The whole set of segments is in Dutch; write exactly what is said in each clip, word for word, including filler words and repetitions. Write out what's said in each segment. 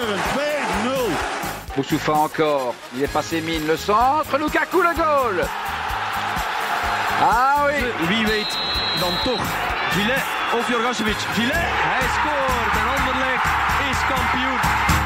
Schitterend, twee nul. Boussoufa encore, il est passé mine, le centre, Lukaku le goal. Ah oui. Wie weet dan toch Gillet of Jorgasevic. Gillet, hij scoort en Anderlecht is kampioen.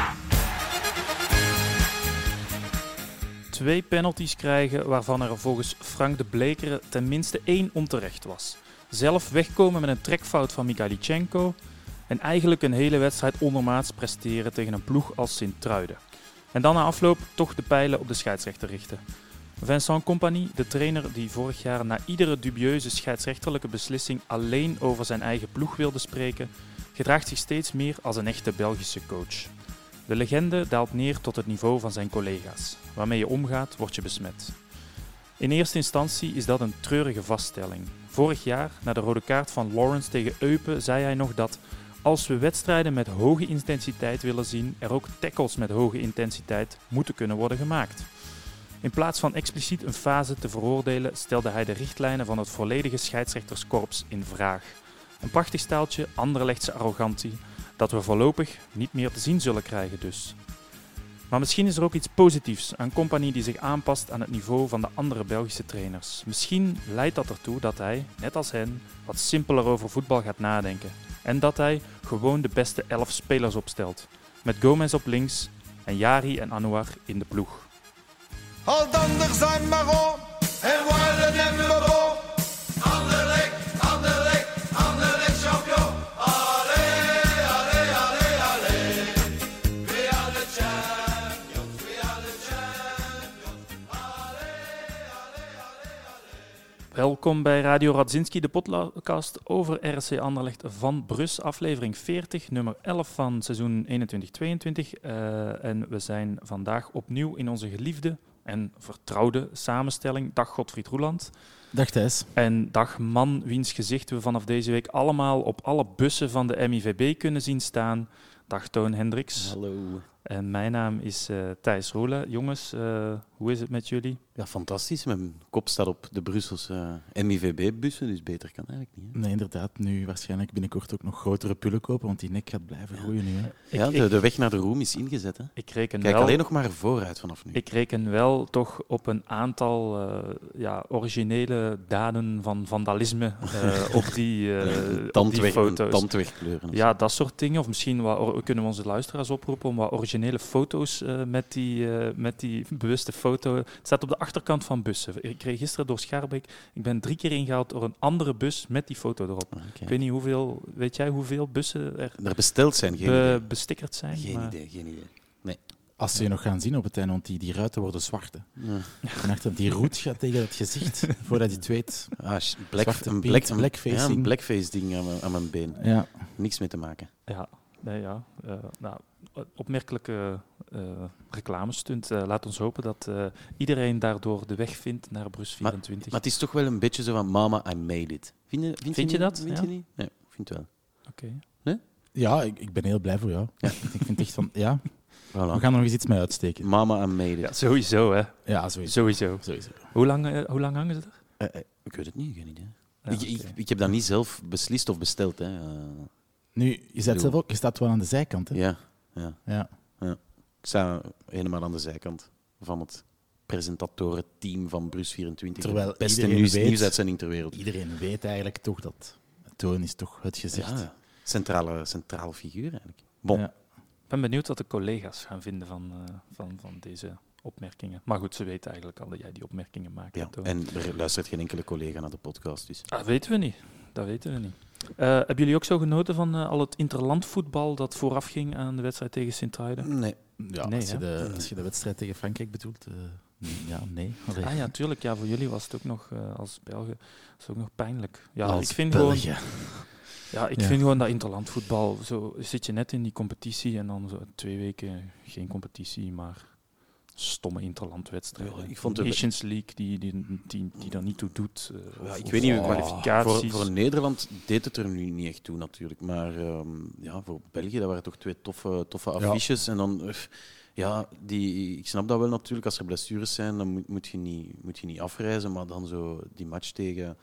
Twee penalties krijgen waarvan er volgens Frank de Blekeren tenminste één onterecht was. Zelf wegkomen met een trekfout van Mikhailichenko en eigenlijk een hele wedstrijd ondermaats presteren tegen een ploeg als Sint-Truiden. En dan na afloop toch de pijlen op de scheidsrechter richten. Vincent Kompany, de trainer die vorig jaar na iedere dubieuze scheidsrechterlijke beslissing alleen over zijn eigen ploeg wilde spreken, gedraagt zich steeds meer als een echte Belgische coach. De legende daalt neer tot het niveau van zijn collega's. Waarmee je omgaat, word je besmet. In eerste instantie is dat een treurige vaststelling. Vorig jaar, na de rode kaart van Lawrence tegen Eupen, zei hij nog dat als we wedstrijden met hoge intensiteit willen zien, er ook tackles met hoge intensiteit moeten kunnen worden gemaakt. In plaats van expliciet een fase te veroordelen, stelde hij de richtlijnen van het volledige scheidsrechterskorps in vraag. Een prachtig staaltje Anderlechtse arrogantie, dat we voorlopig niet meer te zien zullen krijgen dus. Maar misschien is er ook iets positiefs aan Kompany die zich aanpast aan het niveau van de andere Belgische trainers. Misschien leidt dat ertoe dat hij, net als hen, wat simpeler over voetbal gaat nadenken. En dat hij gewoon de beste elf spelers opstelt. Met Gomez op links en Jari en Anouar in de ploeg. Al anders zijn Maron en Wallen en Mebo. Anderlecht, Anderlecht, Anderlecht champion. Allee, allee, allee, allee. We are the champions, we are the champions. Allee, allee, allee, allee. Welkom bij Radio Radzinski, de podcast over R C Anderlecht van Brus, aflevering veertig, nummer elf van seizoen eenentwintig tweeëntwintig. Uh, en we zijn vandaag opnieuw in onze geliefde en vertrouwde samenstelling. Dag Godfried Roeland. Dag Thijs. En dag man wiens gezicht we vanaf deze week allemaal op alle bussen van de M I V B kunnen zien staan. Dag Toon Hendricks. Hallo. En mijn naam is uh, Thijs Roelen. Jongens, uh, hoe is het met jullie? Ja, fantastisch. Mijn kop staat op de Brusselse uh, M I V B-bussen, dus beter kan eigenlijk niet. Hè? Nee, inderdaad. Nu waarschijnlijk binnenkort ook nog grotere pullen kopen, want die nek gaat blijven groeien nu. Hè? Ja, ik, de, ik, de weg naar de roem is ingezet. Hè? Ik reken Kijk wel, alleen nog maar vooruit vanaf nu. Ik reken wel toch op een aantal uh, ja, originele daden van vandalisme uh, op die, uh, op die foto's. Tandwegkleuren. Ja, dat soort dingen. Of misschien wat, or, kunnen we onze luisteraars oproepen om wat originele foto's Uh, met, die, uh, met die bewuste foto. Het staat op de achterkant van bussen. Ik kreeg gisteren door Schaarbeek, ik ben drie keer ingehaald door een andere bus met die foto erop. Okay. Ik weet niet hoeveel, weet jij hoeveel bussen er, er besteld zijn? Geen be- idee. Bestickerd zijn? Geen maar... idee, geen idee. Nee. Als ze je nog gaan zien op het einde, want die, die ruiten worden zwart. Ja. En achter die roet gaat tegen het gezicht, voordat je het weet. Ah, black, een, black, een, blackface ja, een blackface ding aan mijn, aan mijn been. Ja. Niks mee te maken. Ja, nee, ja. Uh, nou, opmerkelijke uh, reclamestunt. Uh, laat ons hopen dat uh, iedereen daardoor de weg vindt naar Brus vierentwintig. Maar, maar het is toch wel een beetje zo van Mama, I made it. Vind je, vind vind je, je dat? Vind ja? je niet? Nee, ik vind het wel. Oké. Okay. Nee? Ja, ik, ik ben heel blij voor jou. Ja. Ik vind echt van, ja, voilà. We gaan er nog eens iets mee uitsteken. Mama, I made it. Ja, sowieso, hè. Ja, sowieso. Sowieso. sowieso. Hoe lang, uh, hoe lang hangen ze er? Uh, uh, ik weet het niet, geen idee. Ja, ik, okay. ik, ik heb dat niet zelf beslist of besteld. Hè. Uh, nu, je, zet zelf ook, je staat wel aan de zijkant, hè? Ja. Ja. Ja. Ja. Ik sta helemaal aan de zijkant van het presentatorenteam van Brus vierentwintig. Terwijl de beste iedereen nieuws, weet, nieuwsuitzending ter wereld. Iedereen weet eigenlijk toch dat Toon is toch het gezicht. Ja, centrale, centrale figuur eigenlijk. Bon. Ja. Ik ben benieuwd wat de collega's gaan vinden van, uh, van, van deze opmerkingen. Maar goed, ze weten eigenlijk al dat jij die opmerkingen maakt. Ja, en er luistert geen enkele collega naar de podcast. Dus. Dat weten we niet. Dat weten we niet. Uh, hebben jullie ook zo genoten van uh, al het interlandvoetbal dat vooraf ging aan de wedstrijd tegen Sint-Truiden? Nee. Ja, nee, als, je de, als je de wedstrijd tegen Frankrijk bedoelt, uh, ja, nee. Allee. Ah ja, tuurlijk. Ja, voor jullie was het ook nog, uh, als Belgen, was het ook nog pijnlijk. Ja, als ik vind België. gewoon... Ja, ik ja. vind gewoon dat interlandvoetbal, zo zit je net in die competitie en dan zo twee weken geen competitie, maar stomme interlandwedstrijden. Ja, ik vond de Nations League die, die, die, die daar niet toe doet. Uh, ja, ik of, weet niet, of kwalificaties. Voor, voor Nederland deed het er nu niet echt toe natuurlijk, maar um, ja, voor België, dat waren toch twee toffe, toffe affiches. Ja. En dan, uh, ja, die, ik snap dat wel natuurlijk, als er blessures zijn, dan moet, moet, je niet, moet je niet afreizen, maar dan zo die match tegen...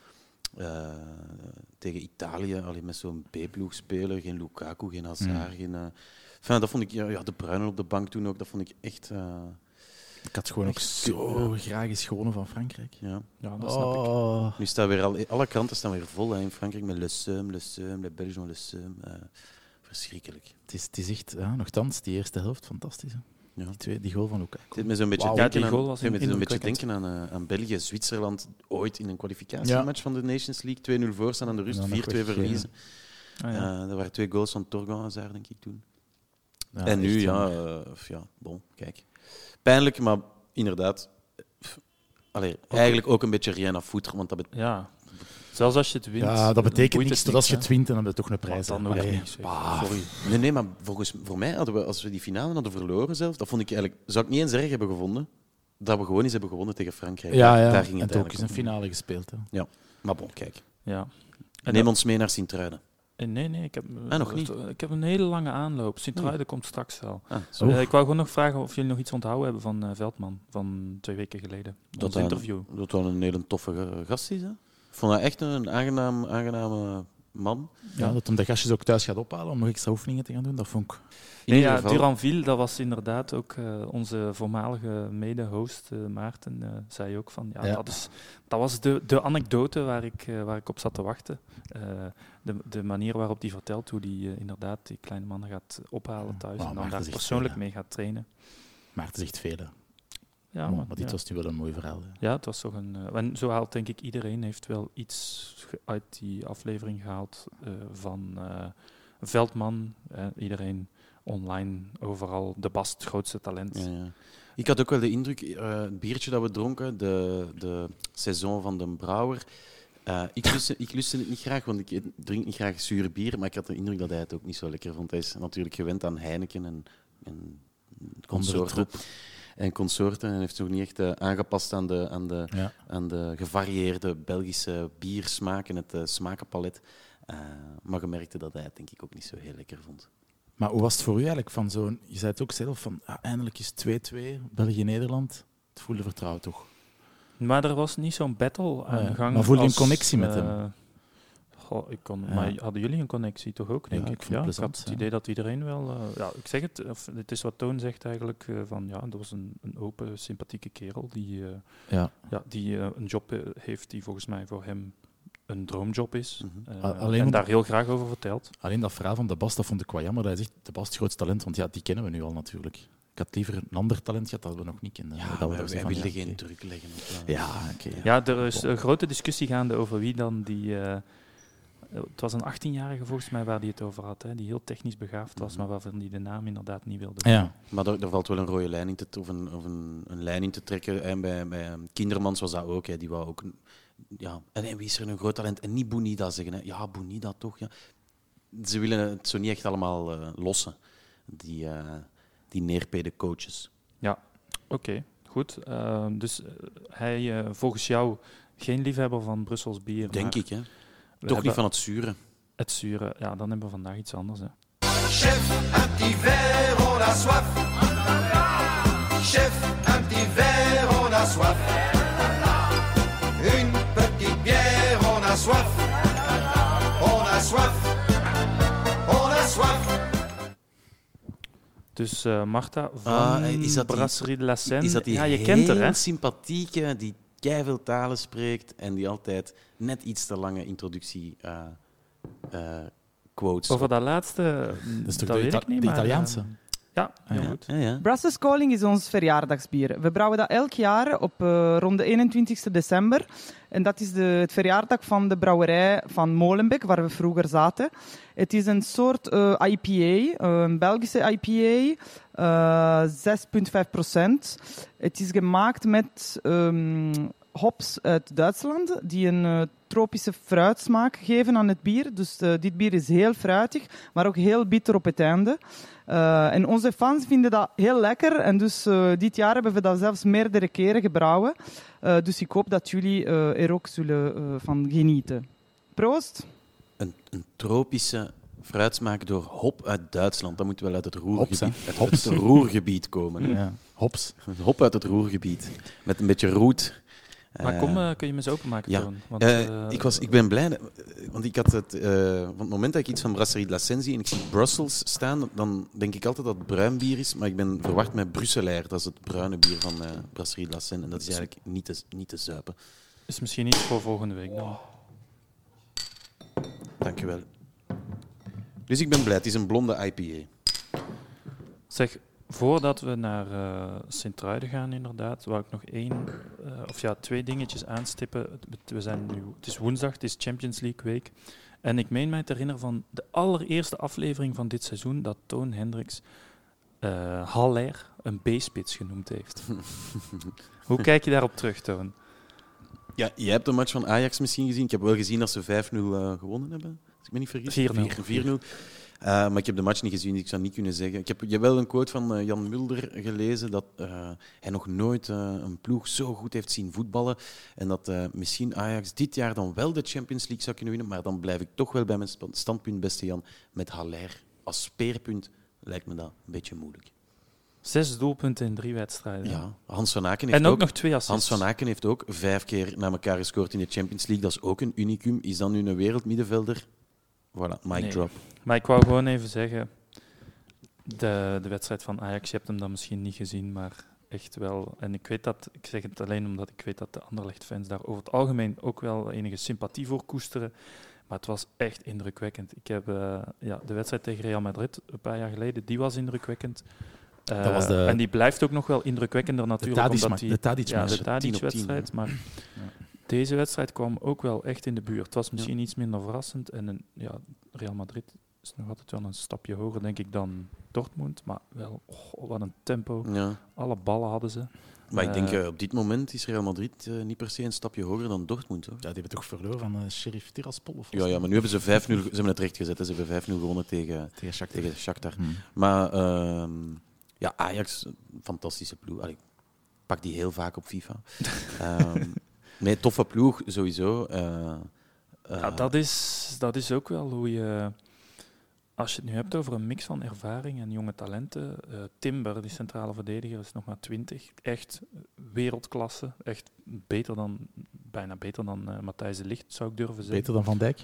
uh, tegen Italië, alleen met zo'n B-ploeg spelen. Geen Lukaku, geen Hazard. Mm. Geen, uh, enfin, dat vond ik, ja, de Bruyne op de bank toen ook, dat vond ik echt... Uh, ik had gewoon ook zo graag eens gewonnen van Frankrijk. Ja, ja dat snap oh. ik. Nu staan weer al, alle kranten staan weer vol hè, in Frankrijk met Le Seum, Le Seum, Le Belge, Le Seum. Uh, verschrikkelijk. Het is, het is echt, ja, nogthans, die eerste helft, fantastisch. Hè? Ja. Die, twee, die goal van Lukaku. Ik zit me zo'n beetje wow, denken, aan, in, in een beetje denken aan, uh, aan België, Zwitserland, ooit in een kwalificatiematch ja. van de Nations League. twee nul voor staan aan de rust, vier twee verliezen. Ah, ja. uh, dat waren twee goals van Torgan Hazard, denk ik, toen. Ja, en nu, ja, uh, ja, bon, kijk. Pijnlijk, maar inderdaad... Allee, okay. Eigenlijk ook een beetje rien à foutre, want dat bet- ja. Zelfs als je het wint... Ja, dat betekent niks, dat als je het wint, dan heb je toch een prijs. Dan ook niks. Sorry. Nee, nee, maar volgens voor mij, hadden we, als we die finale hadden verloren zelf, dat vond ik eigenlijk... Zou ik niet eens erg hebben gevonden, dat we gewoon eens hebben gewonnen tegen Frankrijk. Ja, ja. Daar ging en het het ook eens een finale gespeeld. Hè. Ja, maar bon, kijk. Ja. En Neem ons mee naar Sint-Truiden. Nee, nee, ik heb, ah, nog niet. ik heb een hele lange aanloop. Sint-Truiden oh. komt straks wel. Ah, uh, ik wou gewoon nog vragen of jullie nog iets onthouden hebben van uh, Veldman, van twee weken geleden. Dat interview. Een, dat wel een hele toffe gast is, hè? Ik vond dat echt een aangenaam, aangename man. Ja, ja, dat hem de gastjes ook thuis gaat ophalen om nog extra oefeningen te gaan doen, dat vond ik... Nee, ja, Duranville, dat was inderdaad ook uh, onze voormalige mede-host uh, Maarten, uh, zei ook van, ja, ja. Dat, is, dat was de, de anekdote waar ik, uh, waar ik op zat te wachten. Uh, de, de manier waarop die vertelt hoe die uh, inderdaad die kleine man gaat ophalen thuis wow, en dan daar persoonlijk veel, mee gaat trainen. Maarten zegt veel, hè. Ja, oh, maar, maar dit ja. was nu wel een mooi verhaal. Hè. Ja, het was toch een... Uh, en zo haalt denk ik iedereen heeft wel iets ge- uit die aflevering gehaald uh, van uh, Veldman. Uh, iedereen online, overal, de Bast, het grootste talent. Ja, ja. Ik had ook wel de indruk, uh, het biertje dat we dronken, de, de saison van de Brouwer, uh, ik, lustte, ik lustte het niet graag, want ik drink niet graag zuur bier, maar ik had de indruk dat hij het ook niet zo lekker vond. Hij is natuurlijk gewend aan Heineken en, en consorten. En consorten en heeft zich ook niet echt uh, aangepast aan de, aan, de, ja. aan de gevarieerde Belgische biersmaak en het uh, smakenpalet. Uh, maar je merkte dat hij het denk ik ook niet zo heel lekker vond. Maar hoe was het voor u eigenlijk? Van zo'n, je zei het ook zelf, van ah, eindelijk is twee-twee, België-Nederland. Het voelde vertrouwen toch? Maar er was niet zo'n battle aan de ja, gang. Maar voelde je als, een connectie met uh, hem? Goh, ik kon, ja. Maar hadden jullie een connectie toch ook, denk ja, ik? ik, ja, plezant, ik had het ja. idee dat iedereen wel... Uh, ja, ik zeg het, of, het is wat Toon zegt eigenlijk, uh, van ja, dat was een, een open, sympathieke kerel die, uh, ja. Ja, die uh, een job uh, heeft die volgens mij voor hem een droomjob is. Mm-hmm. Uh, alleen en daar heel graag over vertelt. Alleen dat verhaal van de Bast, dat vond ik wel jammer. Hij zegt, de Bast het grootste talent, want ja, die kennen we nu al natuurlijk. Ik had liever een ander talent gehad dat we nog niet kenden. Ja, dat we wij, wij willen ja, geen okay. druk leggen. Op, uh, ja, okay, ja. ja, er is een grote discussie gaande over wie dan die... Uh, het was een achttienjarige volgens mij waar die het over had, hè, die heel technisch begaafd was, maar waarvan die de naam inderdaad niet wilde. Ja. Maar er, er valt wel een rode lijn in te, of, een, of een, een lijn in te trekken. En bij, bij Kindermans was dat ook. Hè, die wou ook een, ja. En, en wie is er een groot talent? En niet Bounida zeggen. Hè. Ja, Bounida toch. Ja. Ze willen het zo niet echt allemaal uh, lossen, die, uh, die neerpede coaches. Ja, oké. Okay, goed. Uh, dus uh, hij, uh, volgens jou, geen liefhebber van Brussels bier. Denk ik, hè. Toch niet van het zure. Het zure, ja, dan hebben we vandaag iets anders. Hè. Chef, un petit verre, on a soif. Chef, un petit verre, on a soif. Une petite bière, on a soif. On a soif. On a soif. Dus uh, Marta van ah, is dat Brasserie de la Seine. Is dat die ja, je heel kent haar, hè? sympathieke, die keiveel talen spreekt en die altijd net iets te lange introductie uh, uh, quotes. Over dat laatste, dat is toch dat de, weet Ita- ik niet, de maar, Italiaanse? Uh, ja, heel ja, goed. Ja, ja. Brussels Calling is ons verjaardagsbier. We brouwen dat elk jaar op uh, rond de eenentwintigste december. En dat is de, het verjaardag van de brouwerij van Molenbeek, waar we vroeger zaten. Het is een soort uh, I P A, uh, een Belgische I P A, uh, zes komma vijf procent. Het is gemaakt met um, hops uit Duitsland, die een uh, tropische fruitsmaak geven aan het bier. Dus uh, dit bier is heel fruitig, maar ook heel bitter op het einde. Uh, en onze fans vinden dat heel lekker. En dus uh, dit jaar hebben we dat zelfs meerdere keren gebrouwen. Uh, dus ik hoop dat jullie uh, er ook zullen uh, van genieten. Proost! Een, een tropische fruitsmaak door hop uit Duitsland. Dat moet wel uit het Roergebied, Hops, uit Hops. het Roergebied komen. Ja. Hops. Hop uit het Roergebied. Met een beetje roet Maar kom, uh, kun je me eens openmaken, ja. Toon? Want, uh, uh, ik, was, ik ben blij, want ik had het, uh, van het moment dat ik iets van Brasserie de la Seine zie en ik zie Brussels staan, dan denk ik altijd dat het bruin bier is, maar ik ben verward met Brusselair. Dat is het bruine bier van uh, Brasserie de la Seine en dat is eigenlijk niet te, niet te zuipen. Is misschien iets voor volgende week dan. Dank je wel. Dus ik ben blij, het is een blonde I P A. Zeg, voordat we naar uh, Sint-Truiden gaan, inderdaad, wou ik nog één, uh, of ja, twee dingetjes aanstippen. We zijn nu, het is woensdag, het is Champions League week. En ik meen mij te herinneren van de allereerste aflevering van dit seizoen dat Toon Hendricks uh, Haller een B-spits genoemd heeft. Hoe kijk je daarop terug, Toon? Ja, jij hebt de match van Ajax misschien gezien. Ik heb wel gezien dat ze vijf nul uh, gewonnen hebben, als ik me niet vergis. vier nul. Uh, maar ik heb de match niet gezien, dus ik zou niet kunnen zeggen. Ik heb, je hebt wel een quote van uh, Jan Mulder gelezen dat uh, hij nog nooit uh, een ploeg zo goed heeft zien voetballen. En dat uh, misschien Ajax dit jaar dan wel de Champions League zou kunnen winnen. Maar dan blijf ik toch wel bij mijn standpunt, beste Jan. Met Haller als speerpunt lijkt me dat een beetje moeilijk. Zes doelpunten in drie wedstrijden. Ja, Hans van Aken heeft en ook, ook nog twee assists. Hans van Aken heeft ook vijf keer na elkaar gescoord in de Champions League. Dat is ook een unicum. Is dan nu een wereldmiddenvelder? Voilà, mic nee. drop. Maar ik wou gewoon even zeggen, de, de wedstrijd van Ajax, je hebt hem dan misschien niet gezien, maar echt wel. En ik weet dat, ik zeg het alleen omdat ik weet dat de Anderlecht-fans daar over het algemeen ook wel enige sympathie voor koesteren. Maar het was echt indrukwekkend. Ik heb uh, ja, de wedstrijd tegen Real Madrid een paar jaar geleden, die was indrukwekkend. Uh, dat was de, en die blijft ook nog wel indrukwekkender natuurlijk. De Tadic, omdat die, de Tadic-wedstrijd. Ja, de Tadic-wedstrijd. Maar ja. Deze wedstrijd kwam ook wel echt in de buurt. Het was misschien ja. iets minder verrassend. En een, ja, Real Madrid is nog altijd wel een stapje hoger, denk ik, dan Dortmund. Maar wel, oh, wat een tempo. Ja. Alle ballen hadden ze. Maar uh, ik denk, uh, op dit moment is Real Madrid uh, niet per se een stapje hoger dan Dortmund. Hoor. Ja, die hebben toch verloren van uh, Sheriff Tiraspol? Of ja, ja, maar nu hebben ze vijf nul, ze hebben het recht gezet. Hè. Ze hebben vijf nul gewonnen tegen, tegen Shakhtar. Tegen Shakhtar. Hmm. Maar uh, ja, Ajax, fantastische ploeg. Allee, ik pak die heel vaak op FIFA. um, nee, toffe ploeg, sowieso. Uh, uh, ja, dat is, dat is ook wel hoe je... Als je het nu hebt over een mix van ervaring en jonge talenten. Uh, Timber, die centrale verdediger, is nog maar twintig. Echt wereldklasse. Echt beter dan, bijna beter dan uh, Matthijs de Ligt, zou ik durven zeggen. Beter dan Van Dijk?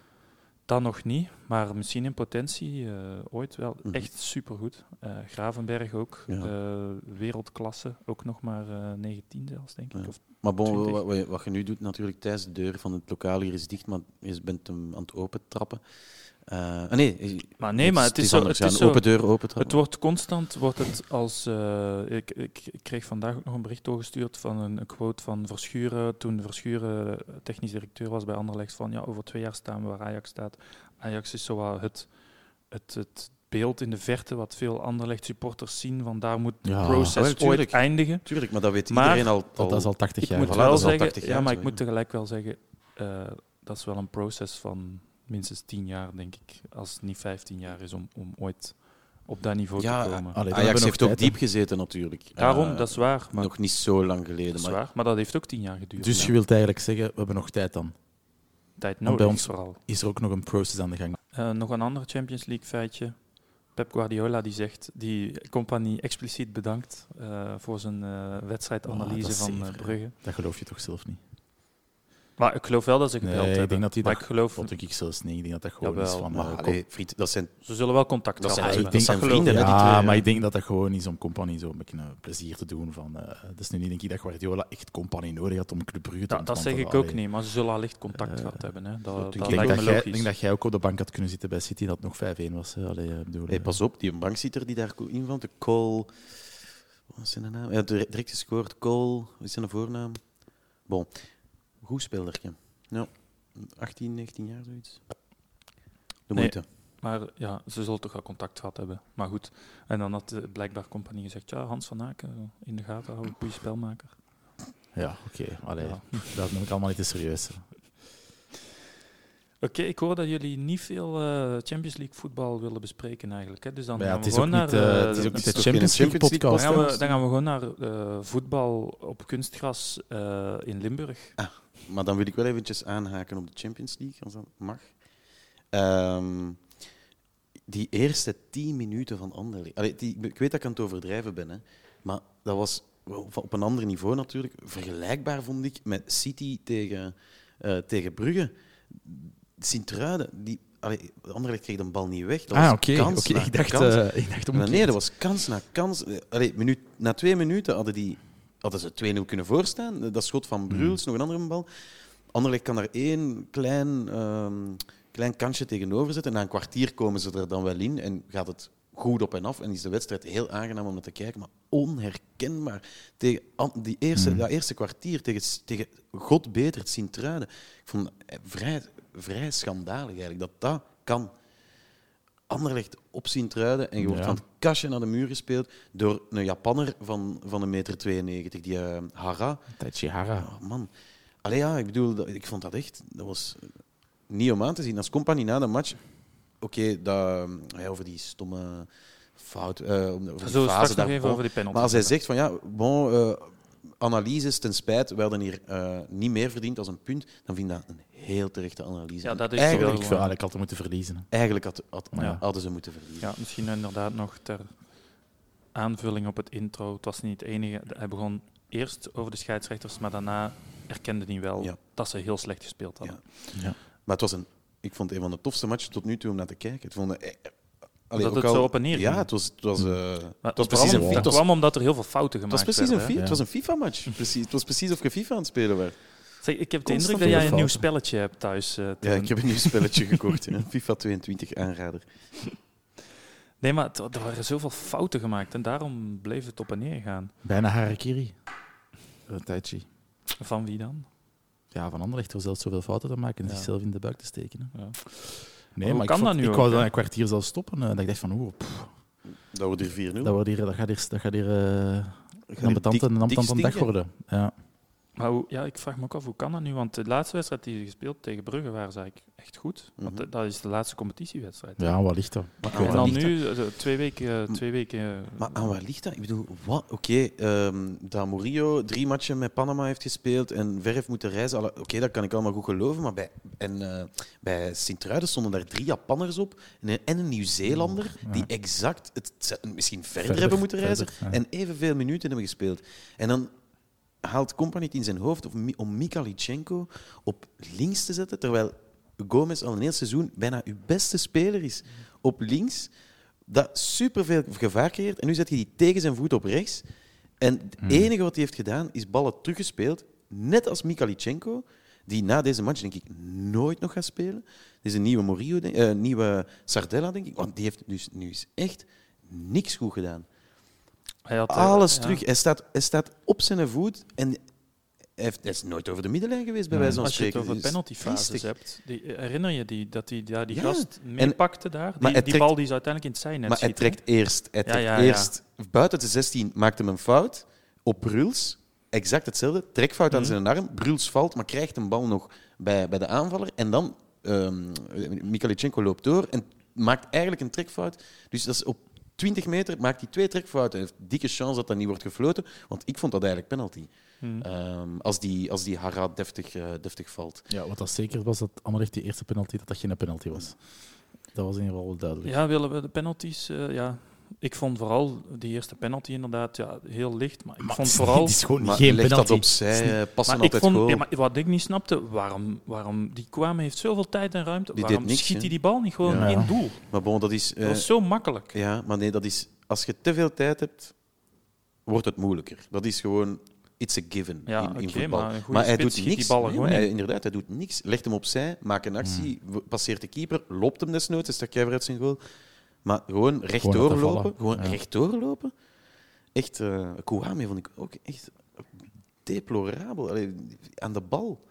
Dat nog niet, maar misschien in potentie uh, ooit wel. Mm-hmm. Echt supergoed. Uh, Gravenberg ook, ja. uh, wereldklasse. Ook nog maar uh, negentien zelfs, denk ik. Ja. Of maar bon, wat, wat je nu doet, natuurlijk, Thijs, de deur van het lokaal hier is dicht, maar je bent hem aan het opentrappen. Uh, nee, maar nee, maar het, het is, is zo, het is zo, open deur, open het wordt constant, wordt het als, uh, ik, ik, ik kreeg vandaag ook nog een bericht doorgestuurd van een, een quote van Verschuren, toen Verschuren technisch directeur was bij Anderlecht, van ja, over twee jaar staan we waar Ajax staat. Ajax is zo het, het, het beeld in de verte wat veel Anderlecht supporters zien, van daar moet de ja, proces wel, ooit eindigen. Tuurlijk, maar dat weet maar iedereen al, al... Dat is al tachtig jaar. Ik moet voilà, wel zeggen, tachtig jaar, ja, maar zo, ik moet tegelijk wel zeggen, uh, dat is wel een proces van minstens tien jaar, denk ik, als het niet vijftien jaar is, om, om ooit op dat niveau ja, te komen. Allee, Ajax heeft ook diep gezeten, natuurlijk. Daarom, uh, dat is waar. Maar nog niet zo lang geleden. Dat is maar... waar, maar dat heeft ook tien jaar geduurd. Dus ja. Je wilt eigenlijk zeggen, we hebben nog tijd dan? Tijd nodig, bij ons vooral. Is er ook nog een proces aan de gang? Uh, nog een ander Champions League feitje. Pep Guardiola die zegt, die compagnie expliciet bedankt uh, voor zijn uh, wedstrijdanalyse oh, van uh, Brugge. Dat geloof je toch zelf niet? Maar ik geloof wel dat ze gebeld nee, hebben. Ik denk dat die maar dat, ik geloof... dat denk ik zelfs niet. Ik denk dat dat gewoon Jawel, is van... Maar, uh, allee, vriend, dat zijn... Ze zullen wel contact dat hebben. Zijn, dat dat zijn vrienden, ja, hè, die twee, maar ik denk dat dat gewoon is om compagnie zo een beetje een plezier te doen. Van, uh, dat is nu niet denk ik dat Guardiola echt compagnie nodig had om Club Brugge te ja, Dat zeg ik ook niet, maar ze zullen allicht contact uh, gehad hebben. Hè. Dat, dat, ik dat denk, lijkt dat me jij, logisch. denk dat jij ook op de bank had kunnen zitten bij City, dat het nog vijf-één was. Allee, bedoel, hey, pas op, die bankzitter die daar invalt, de Cole... Wat is zijn naam? Ja, direct gescoord. Cole, wat is zijn voornaam? Bon, goed speeldertje. Ja. achttien, negentien jaar, zoiets. De moeite. Nee, maar ja, ze zullen toch wel contact gehad hebben. Maar goed. En dan had de blijkbaar compagnie gezegd, ja, Hans van Aken, in de gaten houden, goede spelmaker. Ja, oké. Okay. Ja. Dat moet ik allemaal niet te serieus. Oké, okay, ik hoor dat jullie niet veel uh, Champions League voetbal willen bespreken eigenlijk. Hè. Dus dan ja, gaan het we is gewoon niet, naar... Uh, uh, het is ook niet de Champions League podcast. Dan gaan, we, dan gaan we gewoon naar uh, voetbal op kunstgras uh, in Limburg. Ah, maar dan wil ik wel eventjes aanhaken op de Champions League, als dat mag. Um, die eerste tien minuten van Anderlecht... Allee, die, ik weet dat ik aan het overdrijven ben, hè, maar dat was op een ander niveau natuurlijk, vergelijkbaar vond ik met City tegen, uh, tegen Brugge. Sint-Truiden, die... Allee, Anderlecht kreeg de bal niet weg. Dat ah, was oké. kans Okay. na Ik dacht, kans. Uh, ik dacht Nee, dat was kans na kans. Allee, minuut, na twee minuten hadden, die, hadden ze twee nul kunnen voorstaan. Dat schot van Bruls, mm. nog een andere bal. Anderlecht kan daar één klein, um, klein kansje tegenover zetten. En na een kwartier komen ze er dan wel in en gaat het goed op en af. En is de wedstrijd heel aangenaam om naar te kijken, maar onherkenbaar. Tegen die eerste, mm. dat eerste kwartier tegen, tegen God beter, het Sint-Truiden. Ik vond het vrij... vrij schandalig eigenlijk, dat dat kan. Anderlecht op Sint-Truiden en je wordt ja. van het kastje naar de muur gespeeld door een Japanner van, van een meter tweeënnegentig, die uh, Hara. Taichi Hara. Oh, man. Allee, ja, ik bedoel, ik vond dat echt... Dat was niet om aan te zien. Als Compagnie na de match... Oké, okay, ja, over die stomme fout... Uh, over die Zo, fase nog even over die penalty. Maar als hij zegt van, ja, bon... Uh, analyses ten spijt, we hadden hier uh, niet meer verdiend als een punt, dan vind ik dat een heel terechte analyse. Ja, dat is eigenlijk, ik vind eigenlijk altijd moeten verliezen. Eigenlijk had, had, ja. hadden ze moeten verliezen. Ja, misschien inderdaad nog ter aanvulling op het intro. Het was niet het enige. Hij begon eerst over de scheidsrechters, maar daarna erkende hij wel ja. dat ze heel slecht gespeeld hadden. Ja. Ja. Maar het was een, ik vond het een van de tofste matchen tot nu toe om naar te kijken. Het vond een, Allee, dat het al, zo op en neer ging. Ja, het was, het was, uh, het was precies een, dat kwam omdat er heel veel fouten gemaakt het was precies werden. Een, het was een FIFA-match. Precies, het was precies of je FIFA aan het spelen werd. Zeg, ik heb de indruk dat jij een nieuw spelletje hebt thuis. Uh, ja, ik heb een nieuw spelletje gekocht. Een FIFA tweeëntwintig aanrader. Nee, maar het, er waren zoveel fouten gemaakt en daarom bleef het op en neer gaan. Bijna harakiri. Uh, Taichi. Van wie dan? Ja, van Anderlecht door zelfs zoveel fouten te maken en ja. zichzelf in de buik te steken. Hè. Ja. Nee, maar, maar kan ik, dat vond, nu ik ook, wou dan hè? een kwartier zelf stoppen. Uh, dat ik dacht van, oeh, dat wordt hier vier nul. Dat, hier, dat gaat hier, dat gaat hier uh, een betante een ambetante dag worden. Ja. Maar hoe, ja, ik vraag me ook af, hoe kan dat nu? Want de laatste wedstrijd die ze gespeeld tegen Brugge waren ze eigenlijk echt goed. Want mm-hmm. dat is de laatste competitiewedstrijd. Ja, wat ligt dat? En dan nu, twee weken... Twee weken maar aan wat ligt dat? Ik bedoel, wat? Oké, okay, um, dat Murillo drie matchen met Panama heeft gespeeld en ver heeft moeten reizen. Oké, okay, dat kan ik allemaal goed geloven. Maar bij, en, uh, bij Sint-Truiden stonden daar drie Japanners op en een, en een Nieuw-Zeelander ja. die exact het, misschien verder, verder hebben moeten reizen verder, ja. en evenveel minuten hebben gespeeld. En dan haalt Company het in zijn hoofd om Mikalichenko op links te zetten, terwijl Gomez al een heel seizoen bijna uw beste speler is op links, dat superveel gevaar creëert. En nu zet hij die tegen zijn voet op rechts. En het enige wat hij heeft gedaan, is ballen teruggespeeld, net als Mikalichenko, die na deze match, denk ik, nooit nog gaat spelen. Dit is een nieuwe Murillo, uh, nieuwe Sardella, denk ik, want die heeft dus nu is echt niks goed gedaan. Hij had, Alles uh, terug. Ja. Hij, staat, hij staat op zijn voet en hij, heeft, hij is nooit over de middenlijn geweest, bij wijze van spreken. Als je het over penaltyfases hebt, die, herinner je die, dat hij ja, die ja. gast meepakte daar? Die, die trekt, bal die is uiteindelijk in het zijnet Maar schiet, hij trekt eerst, hij trekt ja, ja, eerst ja. buiten de zestien, maakt hem een fout op Bruls. Exact hetzelfde. Trekfout aan mm. zijn arm. Bruls valt, maar krijgt een bal nog bij, bij de aanvaller. En dan um, Mikalichenko loopt door en maakt eigenlijk een trekfout. Dus dat is op twintig meter maakt hij twee trekfouten. Hij heeft dikke kans dat dat niet wordt gefloten, want ik vond dat eigenlijk penalty. Hmm. Um, als die, als die Hara deftig, uh, deftig valt. Ja, wat dat zeker was, dat Anderlecht die eerste penalty, dat dat geen penalty was. Dat was in ieder geval duidelijk. Ja, willen we de penalties... Uh, ja. Ik vond vooral die eerste penalty inderdaad ja, heel licht, maar ik maar vond vooral... Het is gewoon maar geen penalty. Dat opzij, passen maar altijd ik vond, goal. Ja, maar wat ik niet snapte, waarom, waarom die Kwame heeft zoveel tijd en ruimte, die waarom niks, schiet hè? hij die bal niet gewoon ja. in doel? Maar bon, dat is... Uh, dat is zo makkelijk. Ja, maar nee, dat is... Als je te veel tijd hebt, wordt het moeilijker. Dat is gewoon... It's a given ja, in, in okay, voetbal. Maar, maar hij doet niks. Die ballen nee, gewoon hij, inderdaad, hij doet niks. Legt hem opzij, maakt een actie, mm. passeert de keeper, loopt hem desnoods, is dat keihard uit zijn goal. Maar gewoon rechtdoor lopen. Gewoon ja. rechtdoor lopen. Echt, uh, Kouame vond ik ook echt deplorabel. Allee, aan de bal.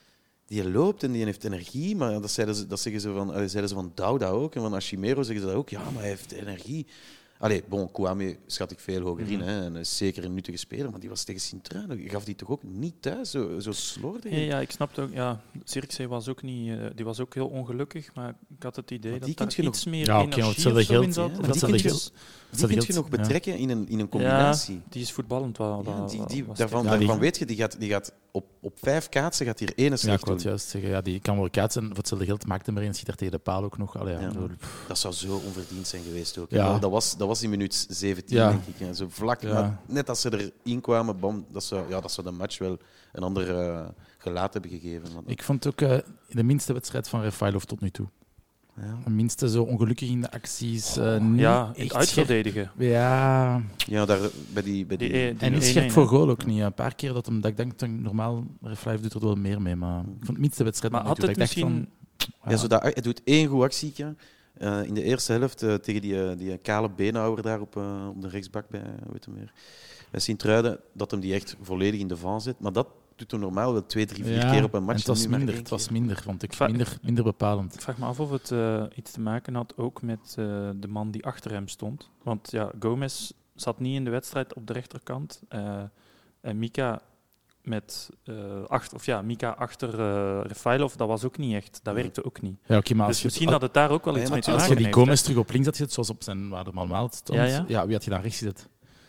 Die loopt en die heeft energie, maar dat, zeiden ze, dat zeggen ze van, allee, zeiden ze van Douda ook. En van Ashimero zeggen ze dat ook. Ja, maar hij heeft energie. Allee, bon, Kouame schat ik veel hoger in. Hè, en is zeker een nuttige speler, maar die was tegen Sint-Truiden. Gaf die toch ook niet thuis, zo, zo slordig? Ja, ja, ik snap ook. Ja, Zirkzee was ook niet, uh, die was ook heel ongelukkig, maar ik had het idee dat daar iets nog... meer ja, energie okay, of zo in zat. Ja, die kun je, die kun je nog betrekken ja. in, een, in een combinatie. Ja, die is voetballend wel. Ja, die, die, daarvan, ja, daarvan die... weet je, die gaat, die gaat op, op vijf kaatsen gaat hier één slecht ja, ik doen. juist zeggen, ja, die kan wel kaatsen. Voor hetzelfde geld maakt hem er een, schiet er tegen de paal ook nog. Allee, ja, Ja. zo, Dat zou zo onverdiend zijn geweest ook. Ja. Dat, was, dat was in minuut zeventien, Ja. denk ik. Hè. Zo vlak, Ja. maar net als ze erin kwamen, bam, dat, zou, ja, dat zou de match wel een ander uh, gelaat hebben gegeven. Want... Ik vond ook uh, de minste wedstrijd van Refailov tot nu toe. Ja. De minste zo ongelukkig in de acties. Uh, niet ja, echt het uitverdedigen. Ja, ja daar, bij die... Bij die... die, die en niet scherp voor goal ook niet. Een paar keer dat hem, dat ik denk, dat normaal, Refailov doet er wel meer mee, maar ik vond het minste wedstrijd maar tot nu toe. had het Dat ik misschien... dacht van, Ja, ja. zo dat, hij doet één goed actietje uh, in de eerste helft uh, tegen die, uh, die kale beenhouwer daar op, uh, op de rechtsbak bij, weet je meer, bij Sint-Truiden, dat hem die echt volledig in de van zet. Maar dat doet hij normaal wel twee, drie, vier ja, keer op een match. Het was nu maar minder, één het was keer. minder, vond ik. Va- Minder, minder bepalend. Ik vraag me af of het uh, iets te maken had ook met uh, de man die achter hem stond. Want ja, Gomez zat niet in de wedstrijd op de rechterkant. Uh, en Mika met uh, achter, of ja, Mika achter uh, Refailov, dat was ook niet echt. Dat werkte ook niet. Ja, okay, maar als dus je, misschien had het daar ook wel Ja, iets maar mee te als je maken die heeft, hè. Gomez terug op links had gezet, zoals op zijn waar de normaal stond, Ja, ja. ja, wie had je dan rechts gezet?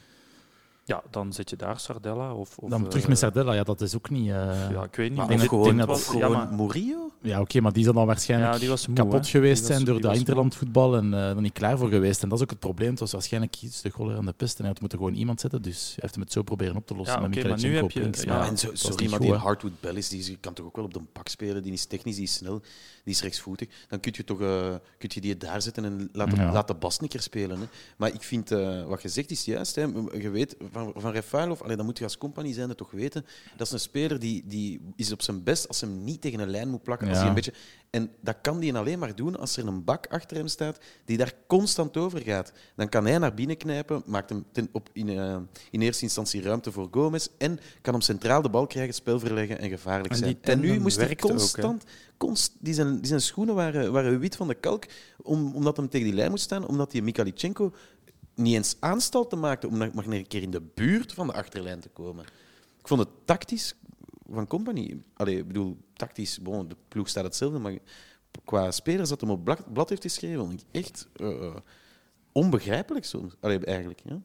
Ja, dan zet je daar Sardella of... of Dan uh, terug met Sardella, ja, dat is ook niet... Uh... Ja, ik weet niet. Maar maar of dit- gewoon- dit of was- Gewoon ja, maar- Murillo? Ja, oké, okay, maar die zal dan waarschijnlijk Ja, die was moe, kapot hè. geweest Die zijn was- door die dat was interlandvoetbal en uh, er niet klaar voor geweest. En dat is ook het probleem. Het was waarschijnlijk iets de goller aan de pest en hij had moeten gewoon iemand zetten. Dus hij heeft hem het zo proberen op te lossen. Ja, met oké, Michalichenko maar nu op heb je- links. ja, Maar en zo, dat was sorry, niet maar goed, die hè. Hardwood Bellis die kan toch ook wel op de pak spelen? Die is technisch, die is snel, die is rechtsvoetig. Dan kun je, toch, uh, kun je die daar zetten en laten, Ja. laten Bas een keer spelen. Hè. Maar ik vind, uh, wat je zegt is juist. Hè. Je weet, van, van Refailov, allee, dan moet je als compagnie zijn toch weten, dat is een speler die, die is op zijn best als hij hem niet tegen een lijn moet plakken. Als Ja. hij een beetje, en dat kan hij alleen maar doen als er een bak achter hem staat die daar constant over gaat. Dan kan hij naar binnen knijpen, maakt hem ten, op, in, uh, in eerste instantie ruimte voor Gomez en kan hem centraal de bal krijgen, spel verleggen en gevaarlijk En zijn. die En nu tandem moest hij werkte ook, hè. constant... Const, die, zijn, die zijn schoenen waren, waren wit van de kalk, om, omdat hij tegen die lijn moest staan, omdat hij Michalichenko niet eens aanstalten maakte om nog een keer in de buurt van de achterlijn te komen. Ik vond het tactisch van Company... Allee, ik bedoel, tactisch, bon, de ploeg staat hetzelfde, maar qua spelers dat hem op blad, blad heeft geschreven, vond ik echt uh, onbegrijpelijk soms. Allee, eigenlijk. Ja.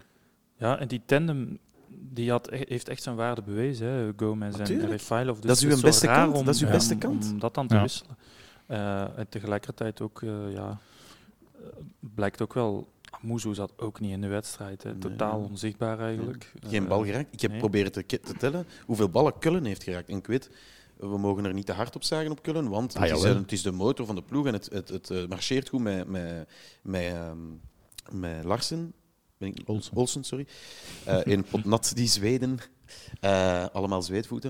Ja, en die tandem die had, heeft echt zijn waarde bewezen, hè, Gomez Natuurlijk. en Refailov. Dus Dat is uw het beste wel raar kant, Om, dat is uw ja, beste om- kant. Om dat dan te Ja. wisselen. Uh, en tegelijkertijd ook, uh, ja, uh, blijkt ook wel... Muzo zat ook niet in de wedstrijd. Hè. Totaal Nee. onzichtbaar eigenlijk. Geen Uh, bal geraakt. Ik heb nee. proberen te, te tellen hoeveel ballen Kullen heeft geraakt. En ik weet, we mogen er niet te hard op zagen op Kullen, want Ah, het, is, jawel. uh, het is de motor van de ploeg en het, het, het, uh, marcheert goed met, met, met, um, met Larsen. Ben ik, Olsen. Olsen, sorry. Uh, in pot nat, die Zweden. Uh, allemaal zweetvoeten.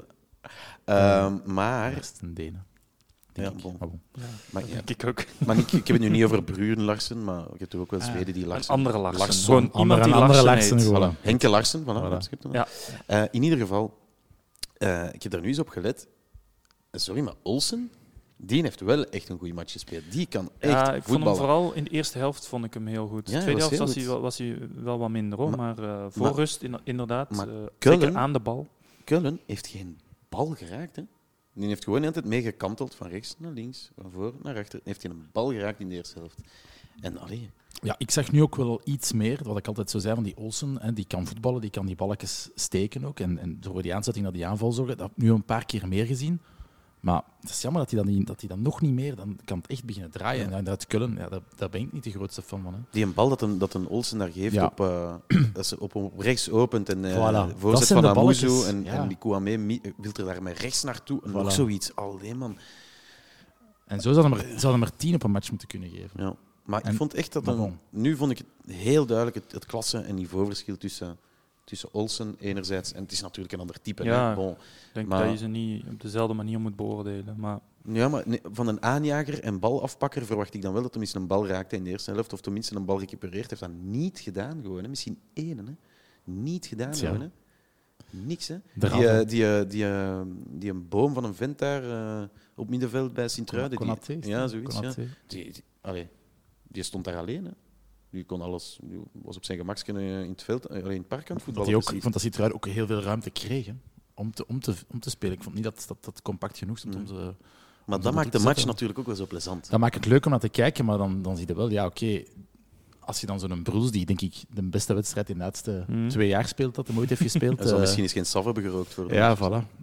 Uh, maar... Eerst een Denen. Ja, Denk ik. bon. Maar bon. Ja, Maar, dat ja. denk ik ook. maar ik, ik heb het nu niet over Bruren Larsen, maar ik heb toch ook wel Zweden die Een Larsen... andere Larsen. Larsen. Gewoon Andere- iemand die een andere Larsen Larsen heet. gewoon. Voilà. Henke Larsen, voilà, Voilà. dat schept hem. Ja. Uh, in ieder geval, uh, ik heb daar nu eens op gelet. Sorry, maar Olsen, die heeft wel echt een goede match gespeeld. Die kan echt Ja, ik vond hem voetballen. vooral in de eerste helft vond ik hem heel goed. Ja, De hij tweede was helft was heel hij, wel, was hij wel wat minder, hoor. Maar- Maar, uh, voor maar- rust in, inderdaad, maar uh, Kullen- zeker aan de bal. Kullen heeft geen bal geraakt. Hè. Die heeft gewoon altijd meegekanteld van rechts naar links, van voor naar achter. Heeft hij een bal geraakt in de eerste helft. En allee, Ja, ik zag nu ook wel iets meer, wat ik altijd zo zei van die Olsen. Hè, die kan voetballen, die kan die balletjes steken ook. En, en door die aanzetting naar die aanval zorgen, dat heb ik nu een paar keer meer gezien. Maar het is jammer dat hij dan, niet, dat hij dan nog niet meer, dan kan het echt beginnen draaien. En inderdaad, Kullen, ja, daar, daar ben ik niet de grootste fan van. Hè. die een bal dat een, dat een Olsen daar geeft, Ja. op, uh, dat ze op, op rechts opent en uh, Voilà. Dat voorzet zijn van de Amuzu balletjes, en, ja. en die Kouame mi- wil er daar met rechts naartoe. En nog Voilà. zoiets. Allee, man. En zo zouden we er, zouden we er tien op een match moeten kunnen geven. Ja. Maar En- ik vond echt dat maar een, bon. nu vond ik het heel duidelijk het, het klasse- en niveauverschil tussen, tussen Olsen enerzijds en het is natuurlijk een ander type. Ja. hè. Bon. Ik denk Maar- dat je ze niet op dezelfde manier moet beoordelen. Maar Ja, maar nee, van een aanjager en balafpakker verwacht ik dan wel dat hij misschien een bal raakte in de eerste helft of tenminste een bal recupereert. Heeft dat niet gedaan gewoon. Hè. Misschien één. Hè. Niet gedaan Tja. gewoon. Hè. Niks. Hè. De Die, Raven. eh, die, eh, die, eh, die een boom van een vent daar uh, op middenveld bij Sint-Truiden. die- Konaté, is Ja, dat? zoiets. Ja. Konaté. Die, die, allee, die stond daar alleen. Hè. Die kon alles, die was op zijn gemakje uh, in het veld, uh, in het park aan het Dat voetballen. hij ook, ik precies. vond dat Sint-Truiden ook heel veel ruimte kreeg hè, om, te, om, te, om te spelen. Ik vond niet dat dat, dat compact genoeg stond om Mm. ze... Maar om dat ze maakt de te match zetten. natuurlijk ook wel zo plezant. Dat maakt het leuk om naar te kijken, maar dan, dan zie je wel, ja, oké, als je dan zo'n Bruls, die denk ik de beste wedstrijd in de laatste Mm. twee jaar speelt, dat hij ooit heeft gespeeld. Hij zal eh, misschien eens geen saf hebben gerookt voor. Ja, voilà.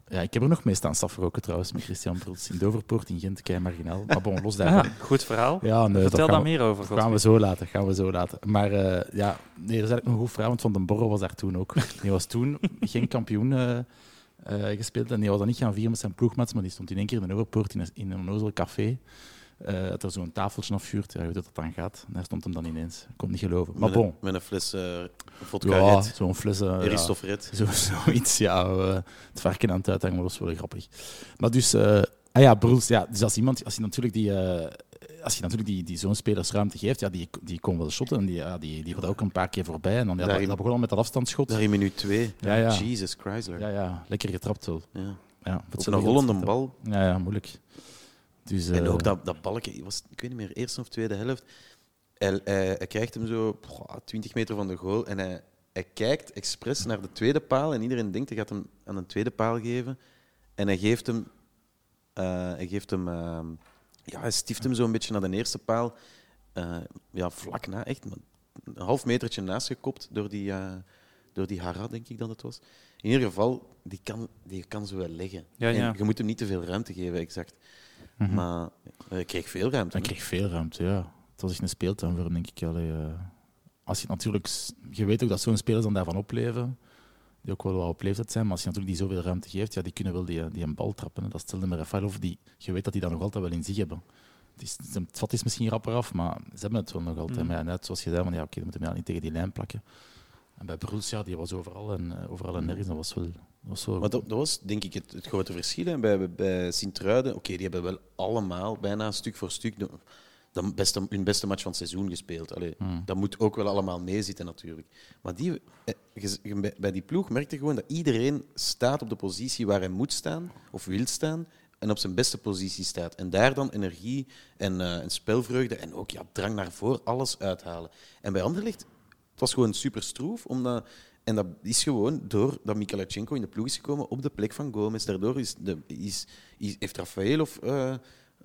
Ja, ik heb er nog mee staan stafroken trouwens, met Christian Bruls. In Doverpoort, in Gent, kei marginaal. Maar bon, los daarvan. Ah, goed verhaal. Ja, nee, Vertel daar we, meer over. Gaan we zo laten, gaan we zo laten. Maar uh, ja, nee, dat is eigenlijk nog een goed verhaal, want Van den Borre was daar toen ook. Die was toen geen kampioen uh, uh, gespeeld en die was dan niet gaan vieren met zijn ploegmaats, maar die stond in één keer in de Doverpoort in een, in een onnozel café. Uh, dat er zo'n tafeltje afvuurt, ja, hoe dat dan gaat. En daar stond hem dan ineens. Ik kon het niet geloven. Maar met bon. Een, met een fles uh, vodka. Ja, zo'n fles. Uh, Eristoff Red. Ja, zo, zoiets, ja. Uh, het varken aan het uithangen, maar dat was wel grappig. Maar dus, uh, ah ja, Bruls, ja, dus als iemand, als je natuurlijk die, uh, als je natuurlijk die, die zo'n spelers ruimte geeft, ja, die, die kon wel shotten en die, ja, die, die gaat ook een paar keer voorbij. En dan, ja, dat, dat begon al met dat afstandsschot. Daar in minuut twee. Ja, ja. Jesus Chrysler. Ja, ja, lekker getrapt wel. Ja. Ja, op een rollende bal. Ja, ja, moeilijk. Dus, uh, en ook dat, dat balkje, was, ik weet niet meer, eerste of tweede helft. Hij, hij, hij krijgt hem zo boah, twintig meter van de goal en hij, hij kijkt expres naar de tweede paal en iedereen denkt hij gaat hem aan een tweede paal geven. En hij geeft hem, uh, hij, geeft hem uh, ja, hij stift hem zo een beetje naar de eerste paal. Uh, ja, vlak na, echt een half metertje naast gekopt door die, uh, door die Hara, denk ik dat het was. In ieder geval, die kan, die kan zo wel leggen. Ja, ja. En je moet hem niet te veel ruimte geven, exact. Mm-hmm. Maar hij kreeg veel ruimte. Hij kreeg veel ruimte, ja. Het was echt een speeltuin voor hem, denk ik. Allee, uh, als je natuurlijk... Je weet ook dat zo'n spelers dan daarvan opleven, die ook wel wat op leeftijd zijn, maar als je natuurlijk die zoveel ruimte geeft, ja, die kunnen wel die, die een bal trappen. Hè. Dat stelde met Rafaelov, die, je weet dat die dat nog altijd wel in zich hebben. Het, is, het vat is misschien rapper af, maar ze hebben het wel nog altijd. Mm. Maar ja, net zoals je zei, van, ja, oké, dan moeten we niet tegen die lijn plakken. En bij Bruls, ja, die was overal en, uh, overal en nergens. Dat was wel... Dat was wel maar dat, dat was denk ik het, het grote verschil. Hè. Bij, bij Sint-Truiden, oké, okay, die hebben wel allemaal, bijna stuk voor stuk, de, de beste, hun beste match van het seizoen gespeeld. Allee, mm. Dat moet ook wel allemaal meezitten natuurlijk. Maar die, eh, bij die ploeg merkte je gewoon dat iedereen staat op de positie waar hij moet staan, of wil staan, en op zijn beste positie staat. En daar dan energie en, uh, en spelvreugde en ook ja, drang naar voren, alles uithalen. En bij Anderlecht, het was gewoon super stroef, omdat... En dat is gewoon doordat Michalchenko in de ploeg is gekomen op de plek van Gomez. Daardoor is de, is, is, heeft Rafaelov uh,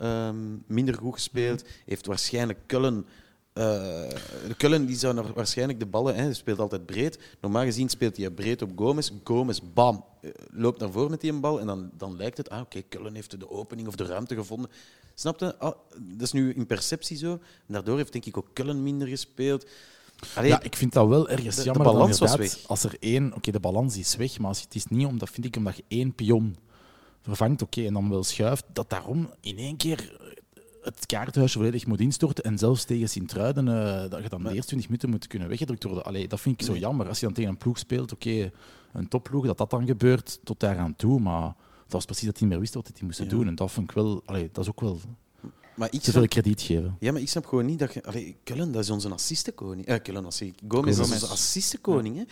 um, minder goed gespeeld. Heeft waarschijnlijk Cullen... Uh, Cullen die zou nog waarschijnlijk de ballen... Hij speelt altijd breed. Normaal gezien speelt hij breed op Gomez. Gomez, bam, loopt naar voren met die bal. En dan, dan lijkt het... Ah, oké, okay, Cullen heeft de opening of de ruimte gevonden. Snap je? Ah, dat is nu in perceptie zo. En daardoor heeft denk ik ook Cullen minder gespeeld. Allee, ja, ik vind dat wel ergens de, jammer. De balans was weg. Als er één... Oké, okay, de balans is weg, maar als het is niet omdat, vind ik, omdat je één pion vervangt, oké, okay, en dan wel schuift, dat daarom in één keer het kaarthuisje volledig moet instorten en zelfs tegen Sint-Truiden uh, dat je dan de eerste twintig minuten moet kunnen weggedrukt worden. Allee, dat vind ik zo jammer. Als je dan tegen een ploeg speelt, oké, okay, een topploeg, dat dat dan gebeurt tot daaraan toe, maar dat was precies dat hij niet meer wist wat hij moest ja. doen. En dat vind ik wel... Allee, dat is ook wel... Maar ik te veel krediet geven. Ja, maar ik snap gewoon niet dat je... Allee, Cullen, dat is onze assistenkoning. Eh, Cullen, als ik... Gomez is onze assistenkoning. Ja.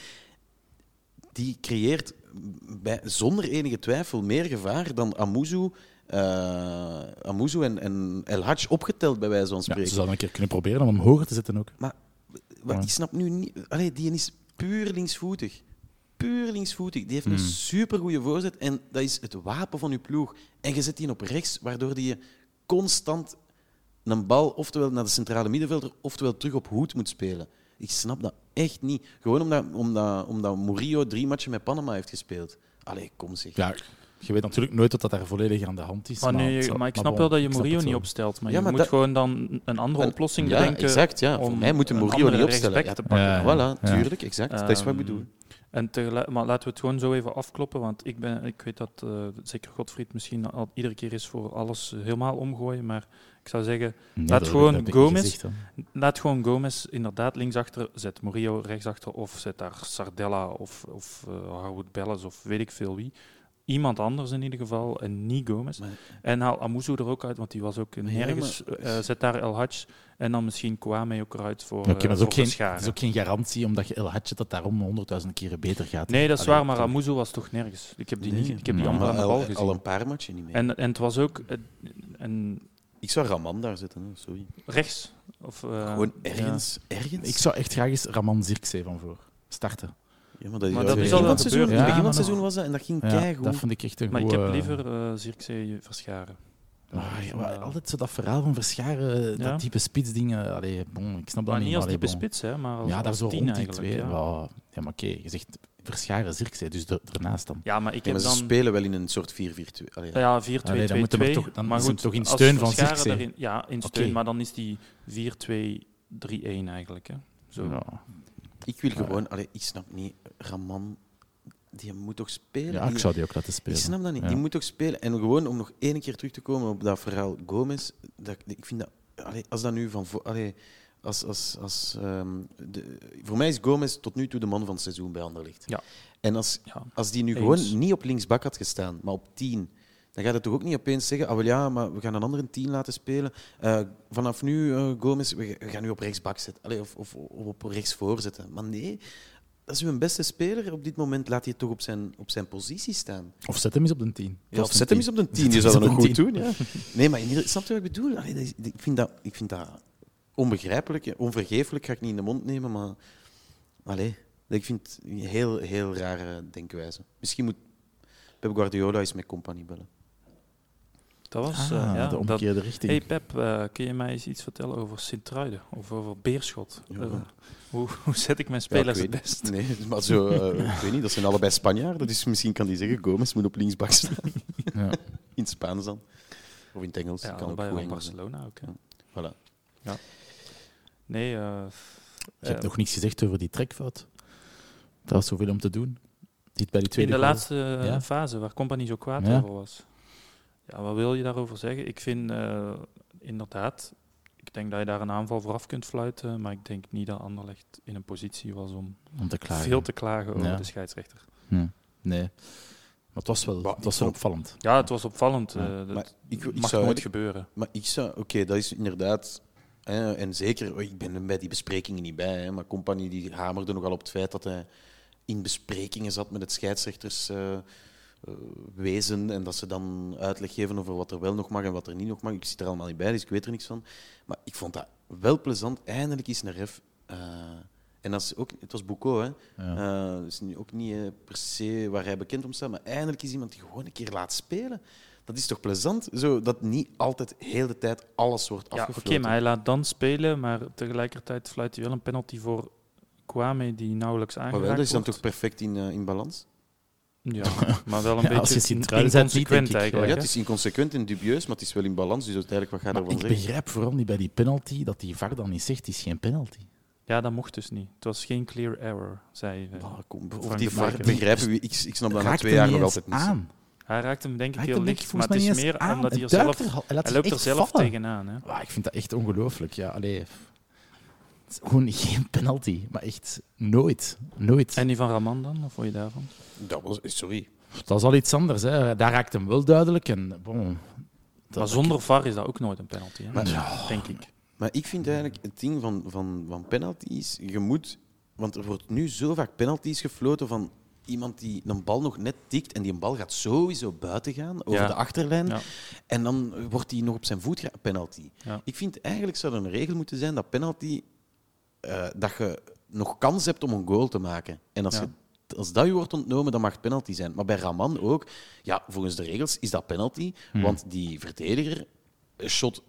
Die creëert bij, zonder enige twijfel meer gevaar dan Amuzu, uh, Amuzu en, en El Hadj opgeteld, bij wijze van spreken. Ja, ze zouden een keer kunnen proberen om hem hoger te zetten ook. Maar wat, ja. ik snap nu niet... Allee, die is puur linksvoetig. Puur linksvoetig. Die heeft mm. een supergoeie voorzet en dat is het wapen van je ploeg. En je zet die op rechts, waardoor die je constant een bal oftewel naar de centrale middenvelder oftewel terug op hoed moet spelen. Ik snap dat echt niet. Gewoon omdat, omdat, omdat Murillo drie matchen met Panama heeft gespeeld. Allee, kom zeg. Ja, je weet natuurlijk nooit dat dat daar volledig aan de hand is. Maar, nee, maar, het, maar ik snap maar bon, wel dat je Murillo niet opstelt. Maar ja, je maar moet dat, gewoon dan een andere en, oplossing ja, bedenken. Exact, ja. Voor mij moet Murillo niet opstellen. Ja, te pakken. Ja, ja, voilà, ja. Tuurlijk, exact. Um, dat is wat ik bedoel. En tegelijk, maar laten we het gewoon zo even afkloppen, want ik, ben, ik weet dat uh, zeker Godfried misschien al iedere keer is voor alles helemaal omgooien, maar ik zou zeggen, nee, laat, gewoon Gomez, gezegd, laat gewoon Gomez inderdaad linksachter, zet Murillo rechtsachter of zet daar Sardella of, of uh, Harwood Bellis of weet ik veel wie. Iemand anders in ieder geval, en niet Gomez. Maar, en haal Amuzu er ook uit, want die was ook nergens. Ja, maar, uh, zet daar El Hadj en dan misschien Kwame ook eruit voor okay, uh, dat is ook geen, dat is ook geen garantie, omdat je El Hadj dat daarom honderdduizend keren beter gaat. Nee, dat is Allee, waar, maar Amuzu was toch nergens. Ik heb die, nee, niet, ik heb die amper aan de bal gezien. Al een paar matchen niet meer. En, en het was ook... Uh, en, ik zou Raman daar zetten, hè. Sorry. Rechts? Of, uh, Gewoon ergens, ja. ergens. Ik zou echt graag eens Raman Zirkzee van voor starten. Ja, maar dat, maar dat is al het seizoen. In het begin van het seizoen was dat en dat ging ja, keigoed. Dat vond ik echt een Maar goeie... ik heb liever uh, Zirkzee Verscharen. Ah, ja, maar altijd zo dat verhaal van Verscharen, ja. dat type spitsdingen. Allee, bon, ik snap dat maar niet. niet als allee, type bon. spits, hè, maar als, ja, daar als zo tien rond die twee. Ja, ja, ja maar oké, okay, je zegt Verscharen Zirkzee, dus er, ernaast dan. Ja, maar ik ja, heb maar dan... ze spelen wel in een soort vier vier twee. Allee, ja. ja, vier twee twee twee. Dan, dan maar is goed, toch in steun van Zirkzee? Erin, ja, in steun, okay. Maar dan is die vier twee drie één eigenlijk. Hè. Zo. Ja. Ik wil gewoon... Ja. Allee, ik snap niet... Raman, die moet toch spelen? Ja, ik zou die ook laten spelen. Ik snap dat niet. Ja. Die moet toch spelen? En gewoon om nog één keer terug te komen op dat verhaal Gomez, dat, ik vind dat... Allee, als dat nu van... Allee, als, als, als, um, de, voor mij is Gomez tot nu toe de man van het seizoen bij Anderlecht. Ja. En als, ja. als die nu Eens. gewoon niet op linksbak had gestaan, maar op tien, dan gaat het toch ook niet opeens zeggen, ah, wel ja, maar we gaan een andere tien laten spelen. Uh, vanaf nu, uh, Gomez, we, we gaan nu op rechtsbak zetten. Allee, of, of, of op rechtsvoor zetten. Maar nee, dat is uw beste speler. Op dit moment laat hij het toch op zijn, op zijn positie staan. Of zet hem eens op de tien. Ja, of zet hem eens op de tien. Je zou dat nog goed doen. Ja. Nee, maar snap je wat ik bedoel? Allee, dat is, ik, vind dat, ik vind dat onbegrijpelijk. Onvergeeflijk ga ik niet in de mond nemen, maar... Allee, ik vind het een heel, heel rare denkwijze. Misschien moet Pep Guardiola eens met Compagnie bellen. Dat was ah, uh, ja, de omgekeerde dat... richting. Hey Pep, uh, kun je mij eens iets vertellen over Sint-Truiden of over Beerschot? Ja. Uh, hoe, hoe zet ik mijn spelers ja, ik het best? Nee, maar zo, uh, ik weet niet, dat zijn allebei Spanjaarden, dus misschien kan die zeggen Gomez moet op linksbak staan. Ja. In het Spaans dan. Of in het Engels. Ja, kan ook bij goed Barcelona ook. Hè. Ja. Voilà. Ja. Nee, uh, je hebt uh, nog niets gezegd over die trekfout. Dat was zoveel om te doen. Dit bij die tweede in de goal. laatste uh, ja. fase, waar Compagnie zo kwaad ja. over was. Ja, wat wil je daarover zeggen? Ik vind uh, inderdaad, ik denk dat je daar een aanval vooraf kunt fluiten, maar ik denk niet dat Anderlecht in een positie was om, om te klagen. veel te klagen over ja. de scheidsrechter. Ja. Nee, maar het was wel, het was wel opvallend. Ja, het was opvallend. Ja. Uh, dat maar ik, ik mag zou nooit eigenlijk, gebeuren. Maar ik zou, oké, okay, dat is inderdaad, hè, en zeker, oh, ik ben er bij die besprekingen niet bij, hè, maar Compagnie die hamerde nogal op het feit dat hij in besprekingen zat met het scheidsrechters. Uh, Uh, wezen en dat ze dan uitleg geven over wat er wel nog mag en wat er niet nog mag. Ik zit er allemaal niet bij, dus ik weet er niks van. Maar ik vond dat wel plezant. Eindelijk is een ref. Uh, en dat is ook, het was Boucault, hè. Ja. Uh, dat is nu ook niet uh, per se waar hij bekend om staat, maar eindelijk is iemand die gewoon een keer laat spelen. Dat is toch plezant? Zo, dat niet altijd heel de tijd alles wordt ja, afgefloten. Oké, okay, maar hij laat dan spelen, maar tegelijkertijd fluit hij wel een penalty voor Kwame die nauwelijks aangeraakt wordt. Dat is dan toch perfect in, uh, in balans? Ja, maar wel een ja, beetje inconsequent eigenlijk. Ja, het is inconsequent en dubieus, maar het is wel in balans. Dus uiteindelijk, wat ga je daarvan ik zeggen? Ik begrijp vooral niet bij die penalty dat die V A R dan niet zegt, het is geen penalty. Ja, dat mocht dus niet. Het was geen clear error, zei uh, oh, kom, Of die V A R begrijpen we, ik, ik snap dat na twee jaar nog altijd niet. Aan. Hij raakt hem denk ik raakt heel licht, maar het is meer aan. omdat hij er zelf... Er, hij, hij loopt er zelf vallen. tegenaan. Hè? Wow, ik vind dat echt ongelooflijk. Ja, allee... Het is gewoon geen penalty, maar echt nooit. nooit. En die van Raman dan? Of vond je daarvan? Dat was... Sorry. Dat is al iets anders. Hè. Daar raakt hem wel duidelijk. En, bon, maar zonder V A R is dat ook nooit een penalty, hè? Maar, ja. denk ik. Maar ik vind eigenlijk het ding van, van, van penalties... Je moet... Want er wordt nu zo vaak penalties gefloten van iemand die een bal nog net tikt en die een bal gaat sowieso buiten gaan, over ja. de achterlijn. Ja. En dan wordt hij nog op zijn voet gaan. Penalty. Ja. Ik vind eigenlijk zou er een regel moeten zijn dat penalty... Uh, dat je nog kans hebt om een goal te maken. En als, ja. je, als dat je wordt ontnomen, dan mag het penalty zijn. Maar bij Raman ook, ja, volgens de regels is dat penalty, hmm. want die verdediger shot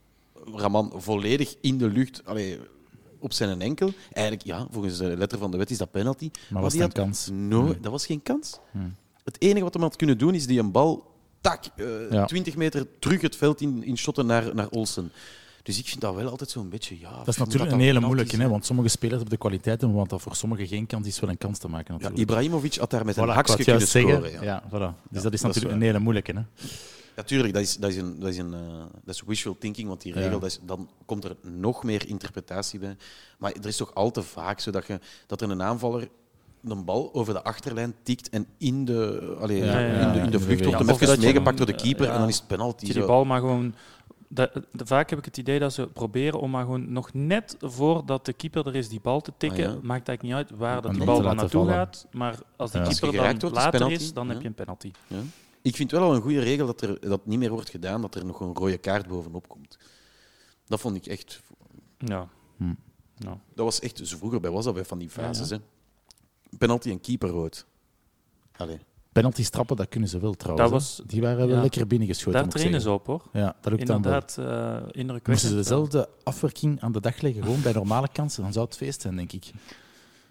Raman volledig in de lucht, allee, op zijn enkel. Eigenlijk, ja, volgens de letter van de wet is dat penalty. Maar, maar was dat een kans? No, hmm. Dat was geen kans. Hmm. Het enige wat hij had kunnen doen, is die een bal, tak, uh, ja. twintig meter terug het veld in, in shotten naar, naar Olsen. Dus ik vind dat wel altijd zo'n beetje... Ja, dat is natuurlijk dat een hele moeilijke, hè, want sommige spelers hebben de kwaliteiten, want dat voor sommigen geen kans is wel een kans te maken. Ja, Ibrahimovic had daar met voilà, een hakje kunnen scoren. Ja. Ja, voilà. Dus ja, dat is natuurlijk dat is een hele moeilijke. Hè. Ja, tuurlijk, dat is, dat is, een, dat is, een, uh, dat is wishful thinking, want die regel, ja. dat is, dan komt er nog meer interpretatie bij. Maar er is toch al te vaak zo dat, je, dat er een aanvaller een bal over de achterlijn tikt en in de, allee, ja, ja, ja, in de, in de vlucht wordt hem even meegepakt door de keeper ja, en dan is het penalty. Die bal maar gewoon... De, de, vaak heb ik het idee dat ze proberen om maar gewoon nog net voordat de keeper er is die bal te tikken, ah, ja. maakt eigenlijk niet uit waar dat die bal dan naartoe vallen. gaat, maar als die ja. keeper als dan wordt, later is, is, dan ja. heb je een penalty. Ja. Ik vind wel al een goede regel dat er dat niet meer wordt gedaan, dat er nog een rode kaart bovenop komt. Dat vond ik echt... Ja. Hm. ja. Dat was echt... Zo vroeger bij was dat bij van die fases. Ja, ja. Hè. Penalty en keeper rood. Allee. Penalties trappen, dat kunnen ze wel trouwens. Was, die waren wel ja. lekker binnengeschoten. Daar trainen ze op, hoor. Ja, dat lukt inderdaad, dan wel. Uh, indrukwekkend. Moesten ze dezelfde afwerking aan de dag leggen, gewoon bij normale kansen, dan zou het feest zijn, denk ik.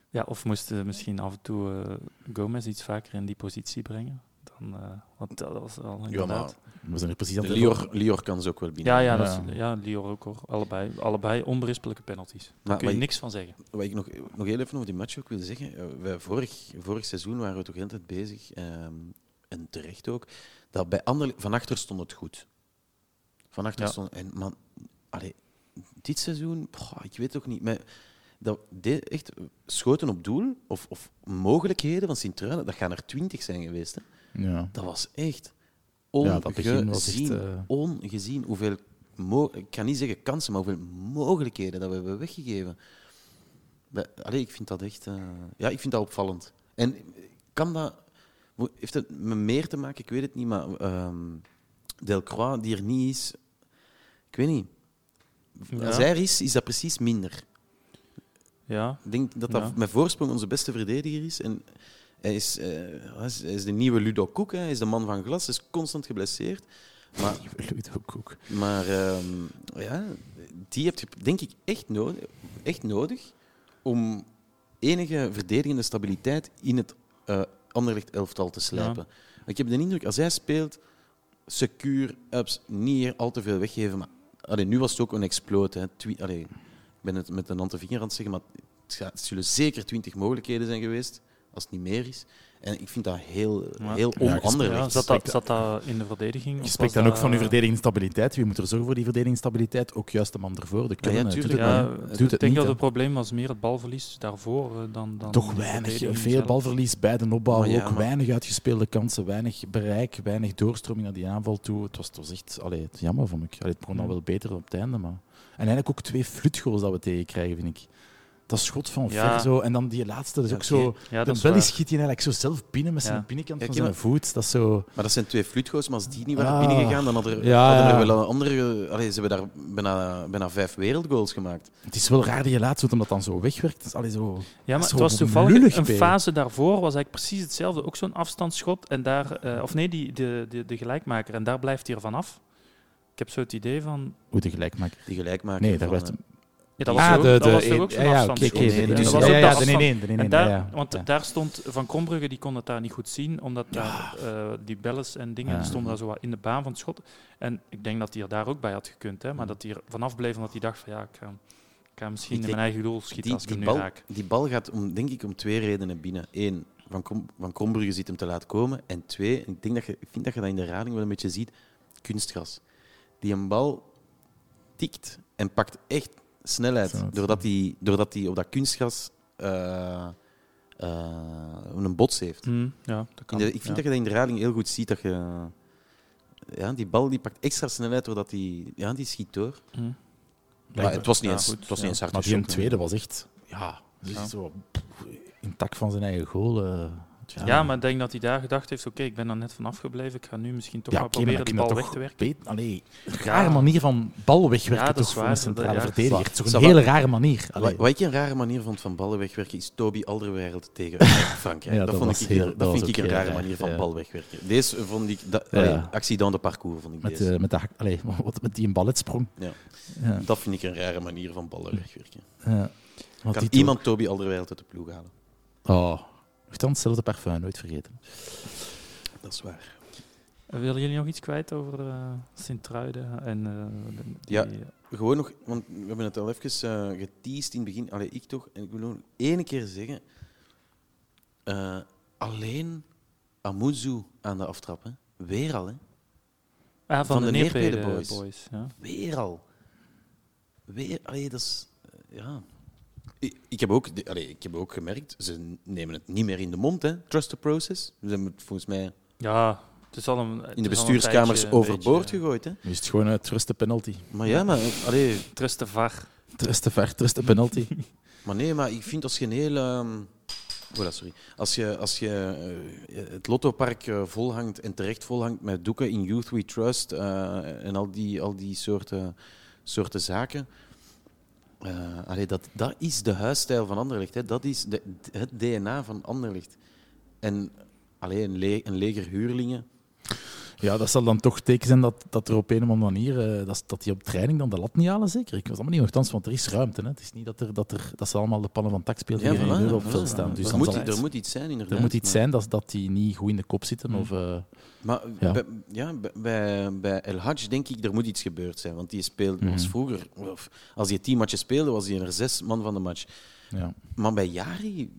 Ja, of moesten misschien af en toe uh, Gomez iets vaker in die positie brengen. Dan, uh, want dat was al inderdaad... Ja, we zijn er precies aan het Lior, Lior kan ze ook wel binnen. Ja, ja, dat is, ja Lior ook hoor. Allebei, allebei onberispelijke penalties. Daar maar, kun je niks van zeggen. Wat ik nog, nog heel even over die match ook wil zeggen. Uh, wij vorig, vorig seizoen waren we toch heel tijd bezig, um, en terecht ook, dat bij Anderlecht, van achter stond het goed. Van achter ja. stond... En, man, allee, dit seizoen, boh, ik weet ook niet... Maar, dat de, echt schoten op doel of, of mogelijkheden van Sint-Truiden, dat gaan er twintig zijn geweest. Hè. Ja. Dat was echt ongezien. Ja, was echt, uh... ongezien hoeveel, mo- ik kan niet zeggen kansen, maar hoeveel mogelijkheden dat we hebben weggegeven. Allee, ik vind dat echt uh... ja, ik vind dat opvallend. En kan dat... Heeft het met meer te maken? Ik weet het niet, maar um, Delcroix, die er niet is... Ik weet niet. Ja. Als hij er is, is dat precies minder. Ja. Ik denk dat dat ja. met voorsprong onze beste verdediger is. En hij, is, uh, hij, is, hij is de nieuwe Ludo Koek, hè. Hij is de man van glas, hij is constant geblesseerd. Maar, Ludo Koek. Maar um, ja, die heb je denk ik echt nodig, echt nodig om enige verdedigende stabiliteit in het uh, Anderlecht-elftal te slijpen. Ja. Ik heb de indruk, als hij speelt, secuur, ups, niet hier al te veel weggeven. Maar allee, nu was het ook een exploot. Hè. Twi- allee, ik ben het met een natte vinger aan het zeggen, maar het, gaat, het zullen zeker twintig mogelijkheden zijn geweest, als het niet meer is. En ik vind dat heel, ja. heel onanderlijk. Ja, zat, dat, zat dat in de verdediging? Je spreekt dan dat... ook van uw verdedigingsstabiliteit. Wie moet er zorgen voor die verdedigingsstabiliteit? Ook juist de man ervoor. De ja, ja, tuurlijk. Ja, doet ik het denk niet, dat het probleem was meer het balverlies daarvoor dan... dan Toch weinig. Veel zelf. balverlies bij de opbouw. Maar ja, ook maar... weinig uitgespeelde kansen, weinig bereik, weinig doorstroming naar die aanval toe. Het was, het was echt... Allee, het jammer, vond ik. Allee, het begon al wel beter op het einde. Maar... En eigenlijk ook twee flutgoals dat we tegenkrijgen, vind ik. Dat schot van ja. ver zo. En dan die laatste, dat is ja, ook okay. zo... Ja, de Belly schiet hij eigenlijk zo zelf binnen met zijn ja. binnenkant ja, van zijn maar, voet. Dat is zo... Maar dat zijn twee flutgoals, maar als die niet waren ah. binnengegaan, dan hadden er, ja, hadden er wel een andere... Allee, ze hebben daar bijna, bijna vijf wereldgoals gemaakt. Het is wel raar die je laatste doet, omdat dat dan zo wegwerkt. Dat is zo, ja, maar het was toevallig een fase daarvoor, was eigenlijk precies hetzelfde. Ook zo'n afstandsschot. En daar... Uh, of nee, die, de, de, de gelijkmaker. En daar blijft hij ervan af. Ik heb zo het idee van... Hoe de gelijkmaker? Die gelijkmaker. Nee, daar blijft hem... Ja, dat was, ah, ook, de, de, dat was toch ook zo'n ja, afstandsschot. Okay, okay, dus, ja, ja, ja, de nee, nee, nee, daar, ja. Want ja. daar stond Van Krombrugge, die kon het daar niet goed zien, omdat ja. daar, uh, die belles en dingen ja. stonden daar zo wat in de baan van het schot. En ik denk dat hij er daar ook bij had gekund, hè, maar dat hij er vanaf bleef omdat hij dacht van ja, ik ga, ik ga misschien ik in mijn eigen doel schieten die, als ik hem nu bal, raak. Die bal gaat om, denk ik om twee redenen binnen. Eén, Van, Krom, van Krombrugge ziet hem te laat komen. En twee, ik, denk dat je, ik vind dat je dat in de herhaling wel een beetje ziet, kunstgras. Die een bal tikt en pakt echt snelheid, doordat hij doordat hij op dat kunstgras uh, uh, een bots heeft. Mm, ja, dat kan, de, ik vind ja. dat je dat in de herhaling heel goed ziet. Dat je, ja, die bal die pakt extra snelheid doordat hij ja, die schiet door. Mm. Maar het was niet eens, ja, het was ja. niet eens hard. Maar die tweede was echt ja, ja. zo intact van zijn eigen goal. Uh, Ja. ja, maar ik denk dat hij daar gedacht heeft, oké, okay, ik ben er net van afgebleven, ik ga nu misschien toch ja, maar okay, proberen die bal weg te werken. Beet, allee, een rare ja. manier van bal wegwerken ja, toch voor een centrale ja. verdediger. Het is toch een hele rare manier. Allee. Wat ik een rare manier vond van ballen wegwerken, is Toby Alderweireld tegen Frankrijk. Ja, dat, dat, vond ik, heel, dat, dat vind ik een rare raar. manier van ja. bal wegwerken. Deze vond ik, da, ja. allee, actie dans de parcours vond ik met, deze. Uh, met, de, allee, wat, met die een balletsprong. Ja. Ja. Dat vind ik een rare manier van ballen wegwerken. Ja. Kan iemand to- Toby Alderweireld uit de ploeg halen? Oh... Dan hetzelfde parfum, nooit vergeten. Dat is waar. Willen jullie nog iets kwijt over uh, Sint-Truiden? En, uh, die... Ja, gewoon nog, want we hebben het al even uh, geteased in het begin. Allee, ik toch. En ik wil nog één keer zeggen. Uh, alleen Amuzu aan de aftrap. Hè. Weer al, hè. Ah, van, van de, de Neerpede Boys. boys ja. Weer al. Weer, allee, dat is... Uh, ja... Ik, ik, heb ook, allee, ik heb ook gemerkt, ze nemen het niet meer in de mond, hè, trust the process. Ze hebben het volgens mij ja, het is al een, het in de bestuurskamers tijdje, overboord beetje, gegooid. Hè. Nu is het gewoon een trust the penalty. Maar ja, maar... Allee, trust the V A R. Trust the V A R, trust the penalty. Maar nee, maar ik vind als je een heel... Um, oh, sorry. Als je, als je uh, het Lottopark uh, volhangt en terecht volhangt met doeken in Youth We Trust uh, en al die, al die soorten, soorten zaken... Uh, allee, dat, dat is de huisstijl van Anderlecht. Hè. Dat is de, het D N A van Anderlecht. En allee, een, le- een leger huurlingen. Ja, dat zal dan toch teken zijn dat, dat er op een of andere manier... Uh, dat, dat die op training dan de lat niet halen, zeker? Ik was allemaal niet nogthans, want er is ruimte. Hè. Het is niet dat, er, dat, er, dat ze allemaal de pannen van tak spelen die ja, voilà, op het veld staan. Dus er, moet, er moet iets zijn, inderdaad. Er moet iets maar... zijn dat, dat die niet goed in de kop zitten. Mm. Of, uh, maar ja. Bij, ja, bij, bij El Hadj denk ik, er moet iets gebeurd zijn. Want die speelde mm. als vroeger... Of, als hij tien matchen speelde, was hij er zes man van de match. Ja. Maar bij Jari...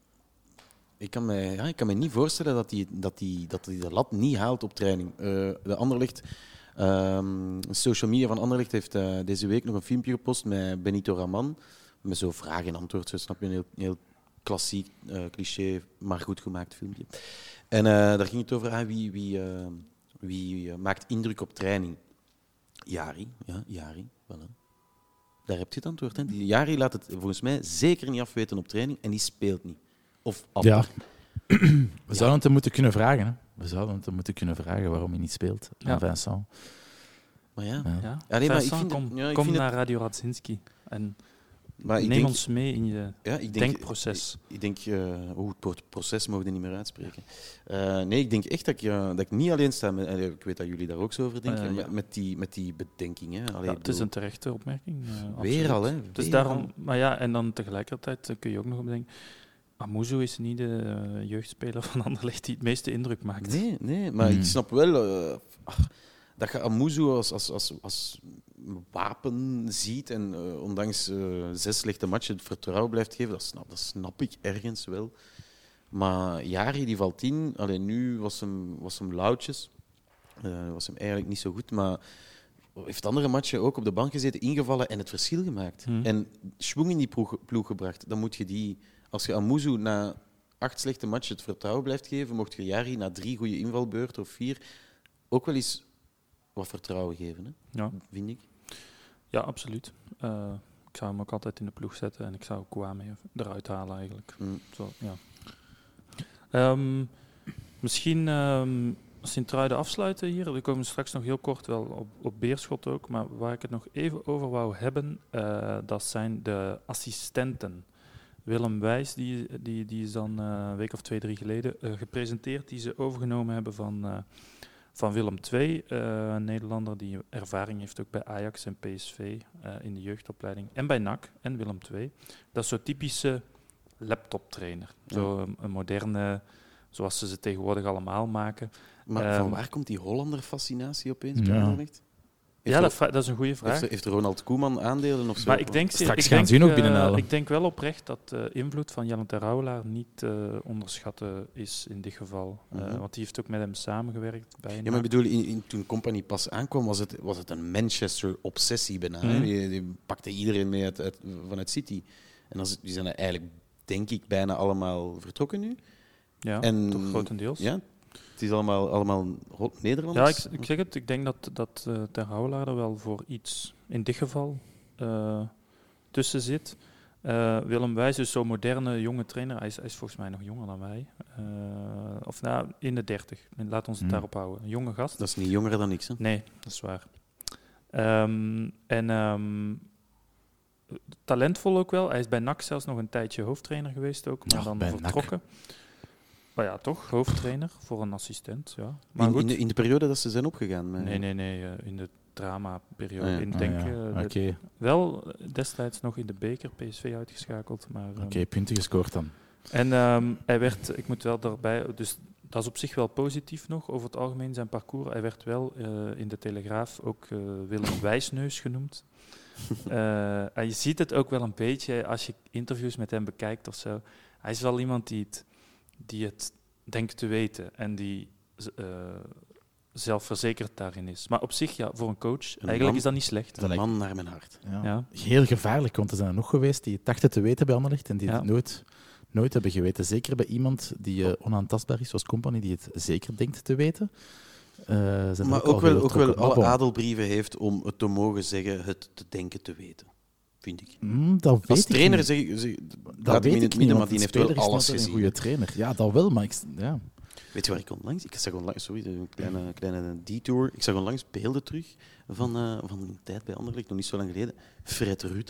Ik kan me, ja, ik kan me niet voorstellen dat hij dat die, dat die de lat niet haalt op training. Uh, de Anderlecht, um, social media van Anderlecht heeft uh, deze week nog een filmpje gepost met Benito Raman. Met zo'n vraag en antwoord, zo snap je, een heel, heel klassiek, uh, cliché, maar goed gemaakt filmpje. En uh, daar ging het over ah, wie, wie, uh, wie uh, maakt indruk op training. Jari, ja, Jari, voilà. Daar heb je het antwoord. Hè. Die Jari laat het volgens mij zeker niet afweten op training en die speelt niet. Of ja. We ja. zouden het hem moeten kunnen vragen. Hè. We zouden het hem moeten kunnen vragen waarom hij niet speelt. Ja. Vincent. Maar ja. ja. ja. Allee, maar ik vind kom, ja, ik kom vind naar het... Radio Radzinski en maar neem denk, ons mee in je ja, ik denk, denkproces. Ik, ik denk... Uh, oh, het proces mogen we niet meer uitspreken. Uh, nee, ik denk echt dat ik, uh, dat ik niet alleen sta... Met, uh, ik weet dat jullie daar ook zo over denken. Uh, ja. met, met, die, met die bedenking. Hè. Allee, ja, het is een terechte opmerking. Uh, weer al, hè. Dus daarom, maar ja, en dan tegelijkertijd uh, kun je ook nog bedenken... Amuzu is niet de uh, jeugdspeler van Anderlecht die het meeste indruk maakt. Nee, nee maar mm. ik snap wel uh, ach, dat je Amuzu als, als, als, als wapen ziet en uh, ondanks uh, zes slechte matchen het vertrouwen blijft geven. Dat snap, dat snap ik ergens wel. Maar Jari die valt in. Alleen nu was hem, was hem lauwtjes. Uh, was hem eigenlijk niet zo goed, maar heeft andere matchen ook op de bank gezeten, ingevallen en het verschil gemaakt. Mm. En schwung in die ploeg, ploeg gebracht. Dan moet je die... Als je Amuzu na acht slechte matchen het vertrouwen blijft geven, mocht je Jari na drie goede invalbeurten of vier ook wel eens wat vertrouwen geven, hè? Ja. Vind ik. Ja, absoluut. Uh, ik zou hem ook altijd in de ploeg zetten en ik zou Kouame eruit halen eigenlijk. Mm. Zo, ja. Um, misschien um, Sint-Truiden afsluiten hier. We komen straks nog heel kort wel op, op Beerschot ook, maar waar ik het nog even over wou hebben, uh, dat zijn de assistenten. Willem Wijs, die, die, die is dan uh, een week of twee, drie geleden uh, gepresenteerd, die ze overgenomen hebben van, uh, van Willem twee, uh, een Nederlander die ervaring heeft ook bij Ajax en P S V uh, in de jeugdopleiding. En bij N A C en Willem twee. Dat is zo'n typische laptoptrainer. Ja. Zo een, een moderne, zoals ze ze tegenwoordig allemaal maken. Maar um, van waar komt die Hollander-fascinatie opeens bij Anderlecht? Ja, dat, dat is een goede vraag. Heeft, heeft Ronald Koeman aandelen of zo? Maar ik denk, Straks ik gaan denk, ze hun ook binnenhalen. Uh, ik denk wel oprecht dat de invloed van Jelle ter Rouwelaar niet uh, onderschatten is in dit geval. Uh, mm-hmm. Want die heeft ook met hem samengewerkt. Bij ja, maar ik bedoel, in, in, toen Company pas aankwam, was het, was het een Manchester-obsessie bijna. Mm-hmm. Die, die pakte iedereen mee uit, uit, vanuit City. En dan, die zijn eigenlijk, denk ik, bijna allemaal vertrokken nu. Ja, en, toch grotendeels. Ja, het is allemaal, allemaal Nederlanders. Ja, ik, ik zeg het. Ik denk dat, dat uh, ter Rouwelaar er wel voor iets, in dit geval, uh, tussen zit. Uh, Willem Wijs is zo'n moderne, jonge trainer. Hij is, hij is volgens mij nog jonger dan wij. Uh, of nou, in de dertig. Laat ons het hmm. daarop houden. Een jonge gast. Dat is niet jonger dan ik, hè? Nee, dat is waar. Um, en um, talentvol ook wel. Hij is bij N A C zelfs nog een tijdje hoofdtrainer geweest ook. Maar ja, dan vertrokken. Maar ja, toch, hoofdtrainer voor een assistent. Ja. Maar in, goed. In, de, in de periode dat ze zijn opgegaan? Met... Nee, nee, nee. Uh, in de drama-periode. Ah, ja. Ik denk ah, ja. uh, okay. wel destijds nog in de beker P S V uitgeschakeld. Um, Oké, okay, punten gescoord dan. En um, hij werd, ik moet wel daarbij, dus dat is op zich wel positief nog, over het algemeen zijn parcours. Hij werd wel uh, in de Telegraaf ook uh, Willem Wijsneus genoemd. uh, en je ziet het ook wel een beetje als je interviews met hem bekijkt of zo. Hij is wel iemand die het... die het denkt te weten en die uh, zelfverzekerd daarin is. Maar op zich, ja, voor een coach, een eigenlijk man, is dat niet slecht. Een man naar mijn hart. Ja. Ja. Heel gevaarlijk, want er zijn er nog geweest die het dachten te weten bij Anderlecht en die ja. het nooit, nooit hebben geweten. Zeker bij iemand die uh, onaantastbaar is, zoals Company, die het zeker denkt te weten. Uh, zijn maar ook, ook wel, ook wel alle adelbrieven heeft om het te mogen zeggen, het te denken te weten. Vind ik. Mm, dat weet Als ik trainer niet. zeg ik, zeg, dat weet in het midden, maar die heeft wel alles gezien. Een goede trainer. Ja, dat wel, maar ik, ja. Weet je waar ik onlangs... Ik zag onlangs... Sorry, een kleine, kleine detour. Ik zag onlangs beelden terug van, uh, van een tijd bij Anderlecht, nog niet zo lang geleden. Fred Rutte.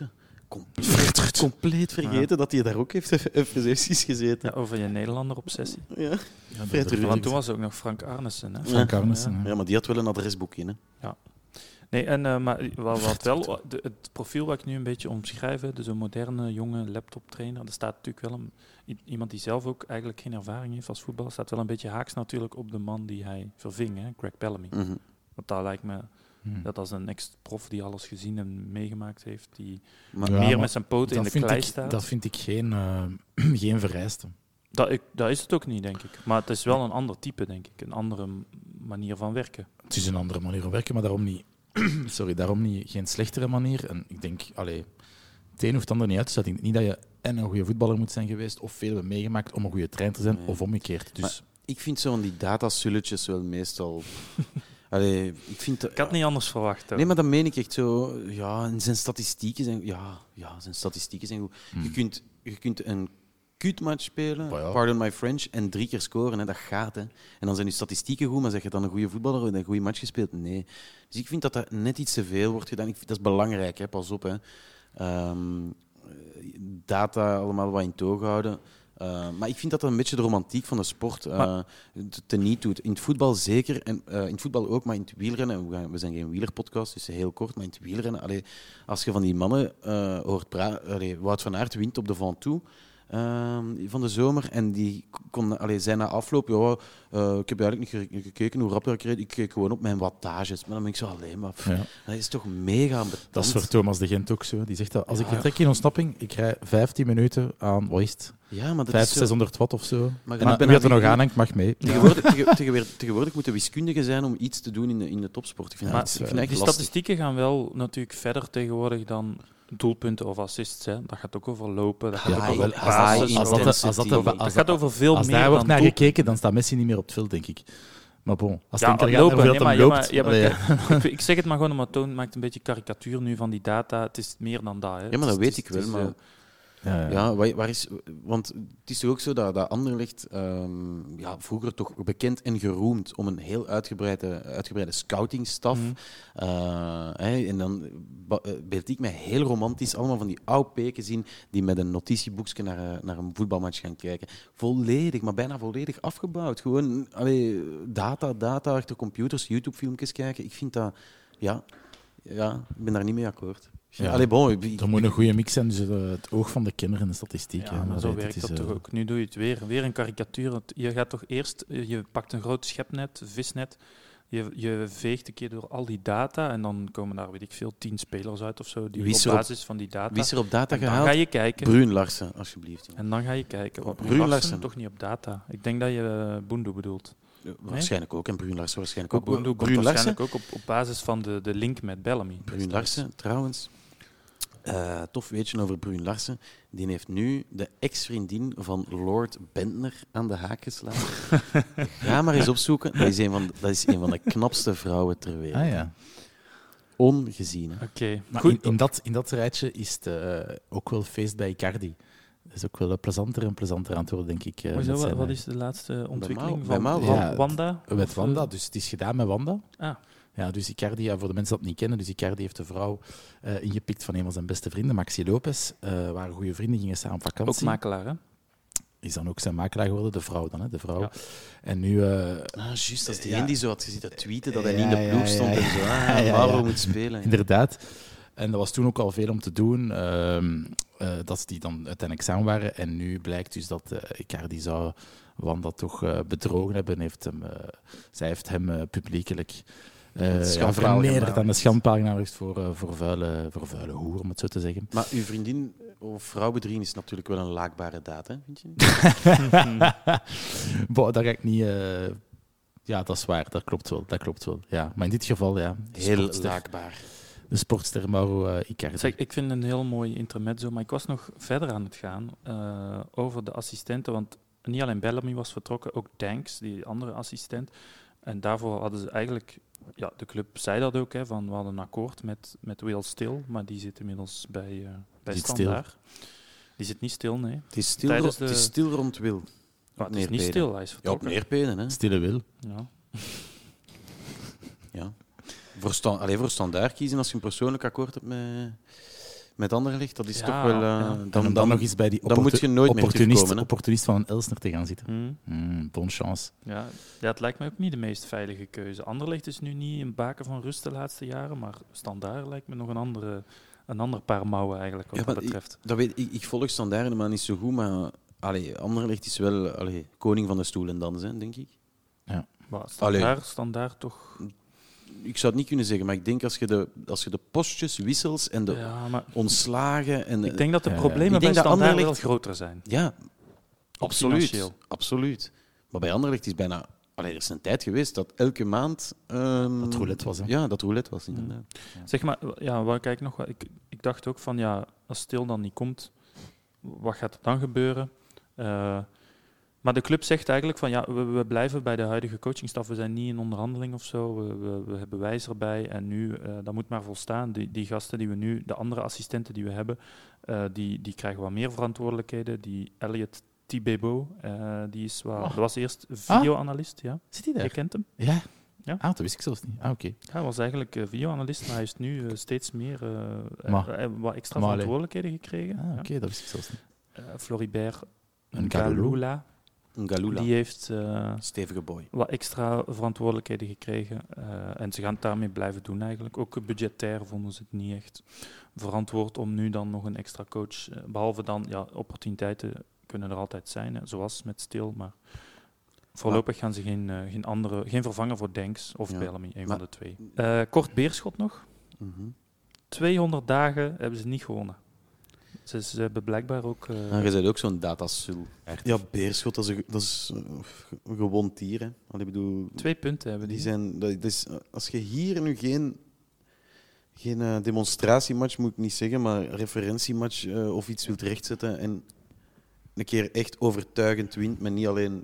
compleet, compleet vergeten ja. dat hij daar ook heeft even sessies gezeten. Ja, over je Nederlander-obsessie. Ja, ja Fred Ruud. Want toen was ook nog Frank Arnissen. Hè? Frank Arnissen, ja. ja, maar die had wel een adresboekje. Hè? Ja. Nee, en, uh, maar wat, wat wel, de, het profiel wat ik nu een beetje omschrijf, dus een moderne, jonge laptoptrainer, er staat natuurlijk wel een, iemand die zelf ook eigenlijk geen ervaring heeft als voetballer, staat wel een beetje haaks natuurlijk op de man die hij verving, hè, Greg Bellamy. Mm-hmm. Want daar lijkt me hmm. dat als een ex-prof die alles gezien en meegemaakt heeft, die maar, meer ja, met zijn poten in de klei ik, staat. Dat vind ik geen, uh, geen vereiste. Dat, ik, dat is het ook niet, denk ik. Maar het is wel een ander type, denk ik. Een andere manier van werken. Het is een andere manier van werken, maar daarom niet... Sorry, daarom niet, geen slechtere manier. En ik denk, allee, het een hoeft het ander niet uit te zetten. Ik denk niet dat je en een goede voetballer moet zijn geweest of veel hebben meegemaakt om een goede trainer te zijn, nee. of omgekeerd. Dus... Maar ik vind zo van die datasulletjes wel meestal... allee, ik, vind, ik had het niet anders verwacht. Hoor. Nee, maar dat meen ik echt zo. Ja, en zijn statistieken zijn... Ja, ja zijn statistieken zijn goed. Hmm. Je, kunt, je kunt een kutmatch spelen, oh ja. pardon my French, en drie keer scoren. Hè, dat gaat. Hè. En dan zijn je statistieken goed, maar zeg je dan een goede voetballer en een goede match gespeeld? Nee. Dus ik vind dat dat net iets te veel wordt gedaan. Ik vind, dat is belangrijk, hè. Pas op. Hè. Um, data allemaal wat in toog houden. Uh, maar ik vind dat dat een beetje de romantiek van de sport uh, teniet doet. In het voetbal zeker, en uh, in het voetbal ook, maar in het wielrennen. We, gaan, we zijn geen wielerpodcast, dus heel kort, maar in het wielrennen. Allee, als je van die mannen uh, hoort praten... Wout van Aert wint op de Ventoux uh, van de zomer en die kon, allee, zei na afloop... Ja, uh, ik heb eigenlijk niet gekeken hoe rap ik reed. Ik keek gewoon op mijn wattages. Maar dan ben ik zo alleen maar... Pff, ja. Dat is toch mega ambetant. Dat is voor Thomas de Gent ook zo. Die zegt dat als ja. ik vertrek in ontsnapping, ik rij vijftien minuten aan... Wat is het? Ja, maar dat Vijf, is zeshonderd watt of zo. Maar en wie het er nog aanhangt, mag mee. Tegenwoordig, tegen, tegenwoordig, tegenwoordig moeten wiskundigen zijn om iets te doen in de, in de topsport. Ik vind, maar, dat, ik vind die lastig. Statistieken gaan wel natuurlijk verder tegenwoordig dan doelpunten of assists. Hè. Dat gaat ook over lopen, dat gaat ja, ook over als, als, als, als, als, als, als, dat, dat gaat over veel als meer daar wordt dan naar gekeken, dan staat Messi niet meer op het veld, denk ik. Maar bon, als ja, het ja, lopen, gaat, nee, maar, loopt, ja, maar, ja, maar, ik, ik zeg het maar gewoon, omdat Toon maakt een beetje karikatuur nu van die data. Het is meer dan dat. Hè. Ja, maar dat weet ik wel. Maar... Uh, Ja, ja. ja waar, waar is, want het is toch ook zo dat, dat Anderlecht um, ja, vroeger toch bekend en geroemd om een heel uitgebreide, uitgebreide scoutingstaf. Mm. Uh, hey, en dan beeld ik mij heel romantisch allemaal van die oude peken zien die met een notitieboekje naar, naar een voetbalmatch gaan kijken. Volledig, maar bijna volledig afgebouwd. Gewoon allee, data, data achter computers, YouTube-filmpjes kijken. Ik vind dat... Ja, ja, ik ben daar niet mee akkoord. Ja, Allee, bon, ik, er moet een goede mix zijn tussen dus het oog van de kinderen en de statistiek. Ja, maar zo werkt dat toch ook. Nu doe je het weer. Weer een karikatuur. Je gaat toch eerst... Je pakt een groot schepnet, visnet. Je, je veegt een keer door al die data en dan komen daar, weet ik veel, tien spelers uit of zo, die op basis op, van die data... Wie is er op data en dan gehaald? ga je kijken. Bruun Larsen, alsjeblieft. Ja. En dan ga je kijken. Wat Bruun Larsen? toch niet op data. Ik denk dat je uh, Boendo bedoelt. Ja, waarschijnlijk nee? ook. En Bruun Larsen waarschijnlijk ook. Boendo komt waarschijnlijk ook op, op basis van de, de link met Bellamy. Bruun Larsen, trouwens... Uh, tof weetje over Bruun Larsen. Die heeft nu de ex-vriendin van Lord Bentner aan de haak geslagen. Ga maar eens opzoeken. Dat is een van de, dat is een van de knapste vrouwen ter wereld. Ah, ja. Ongezien. Oké. Okay. Maar in, in, dat, in dat rijtje is het uh, ook wel feest bij Icardi. Dat is ook wel plezanter en plezanter aan het worden, denk ik. Uh, Hoezo, wat, wat is de laatste ontwikkeling bij van, van ja, Wanda? Met Wanda. Dus het is gedaan met Wanda. Ah. Ja, dus Icardi, ja, voor de mensen die het niet kennen, dus Icardi heeft de vrouw uh, ingepikt van een van zijn beste vrienden, Maxi Lopez. Uh, waren goede vrienden, gingen samen op vakantie. Ook makelaar, hè? Is dan ook zijn makelaar geworden, de vrouw dan, hè, de vrouw. Ja. En nu... Uh, ah, juist, dat is die ja. die zo had gezien dat tweeten, dat hij niet in de ploeg stond ja, ja, ja. en zo. Ah, ja, ja, Mauro ja. moet spelen. Inderdaad. En dat was toen ook al veel om te doen, uh, uh, dat die dan uiteindelijk samen waren. En nu blijkt dus dat uh, Icardi zou Wanda toch uh, bedrogen hebben. Heeft hem, uh, zij heeft hem uh, publiekelijk... Uh, ja, vernederd aan de schandpaal voor, uh, voor, vuile, voor vuile hoer, om het zo te zeggen. Maar uw vriendin of vrouw bedriegen is natuurlijk wel een laakbare daad, hè, vind je? Boah, dat ga ik niet... Uh... Ja, dat is waar, dat klopt wel. Dat klopt wel. Ja. Maar in dit geval, ja... Heel laakbaar. De sportster Mauro uh, Icardi. Zeg, ik vind een heel mooi intermezzo, maar ik was nog verder aan het gaan uh, over de assistenten, want niet alleen Bellamy was vertrokken, ook Danks, die andere assistent. En daarvoor hadden ze eigenlijk... Ja, de club zei dat ook, hè, van we hadden een akkoord met, met Will Still, maar die zit inmiddels bij, uh, bij Standaard. Stil. Die zit niet stil, nee. Het is stil, ro- de... het is stil rond Will. Maar het is niet stil, hij is vertrokken. Ja, op Neerpeden, hè. Stille Will. Ja. ja. Voor, stand, allez, voor Standaard kiezen als je een persoonlijk akkoord hebt met, met Anderlecht, dat is ja, toch wel... Uh, ja. Dan, dan, dan nog eens bij die opportu- moet je nooit opportunist, meer opportunist van een Elsner te gaan zitten. Hmm. Mm, bonne chance. Ja, ja, het lijkt mij ook niet de meest veilige keuze. Anderlecht is nu niet een baken van rust de laatste jaren, maar Standaard lijkt me nog een andere... Een ander paar mouwen eigenlijk, wat ja, dat betreft. Ik, dat weet, ik, ik volg Standaard, maar niet zo goed. Maar allee, Anderlecht is wel allee, koning van de stoel en dansen, denk ik. Ja. Maar standaard, standaard toch... Ik zou het niet kunnen zeggen, maar ik denk als je de, als je de postjes, wissels en de ja, maar ontslagen... En, ik denk dat de ja, problemen ja. bij Standaard Anderlecht, wel groter zijn. Ja, absoluut, absoluut. Maar bij Anderlecht is bijna... Allee, er is een tijd geweest dat elke maand... Um, dat roulette was, hè? Ja, dat roulette was, inderdaad. Ja. Zeg maar, ja, waar kijk nog... Ik, ik dacht ook van, ja, als Stil dan niet komt, wat gaat er dan gebeuren? Uh, maar de club zegt eigenlijk van, ja, we, we blijven bij de huidige coachingstaf. We zijn niet in onderhandeling of zo. We, we, we hebben wijs erbij. En nu, uh, dat moet maar volstaan. Die, die gasten die we nu, de andere assistenten die we hebben, uh, die, die krijgen wat meer verantwoordelijkheden. Die Elliot Thibebo, uh, die is wat, oh. dat was eerst videoanalist. Ja. Zit hij daar? Je kent hem? Ja. Ja. Ah, dat wist ik zelfs niet. Ah, oké. Okay. Hij was eigenlijk uh, videoanalist, maar hij heeft nu uh, steeds meer uh, uh, wat extra maar verantwoordelijkheden gekregen. Ah, oké, okay, ja. dat wist ik zelfs niet. Uh, Floribert Ngalula. Ngalula. Die heeft uh, stevige boy. wat extra verantwoordelijkheden gekregen. Uh, en ze gaan het daarmee blijven doen eigenlijk. Ook budgetair vonden ze het niet echt verantwoord om nu dan nog een extra coach... Uh, behalve dan, ja, opportuniteiten kunnen er altijd zijn, hè, zoals met Stil, maar... Voorlopig gaan ze geen, uh, geen, andere, geen vervanger voor Denks of ja. Bellamy, een maar, van de twee. Uh, kort Beerschot nog. Mm-hmm. tweehonderd dagen hebben ze niet gewonnen. Ze, ze hebben blijkbaar ook... Uh, nou, je bent ook zo'n datasul. Ja, Beerschot, dat is een, dat is een gewoon tier. Hè. Allee, bedoel, twee punten hebben die. die zijn, dat is, als je hier nu geen, geen uh, demonstratiematch, moet ik niet zeggen, maar referentiematch uh, of iets wilt rechtzetten en een keer echt overtuigend wint, maar niet alleen...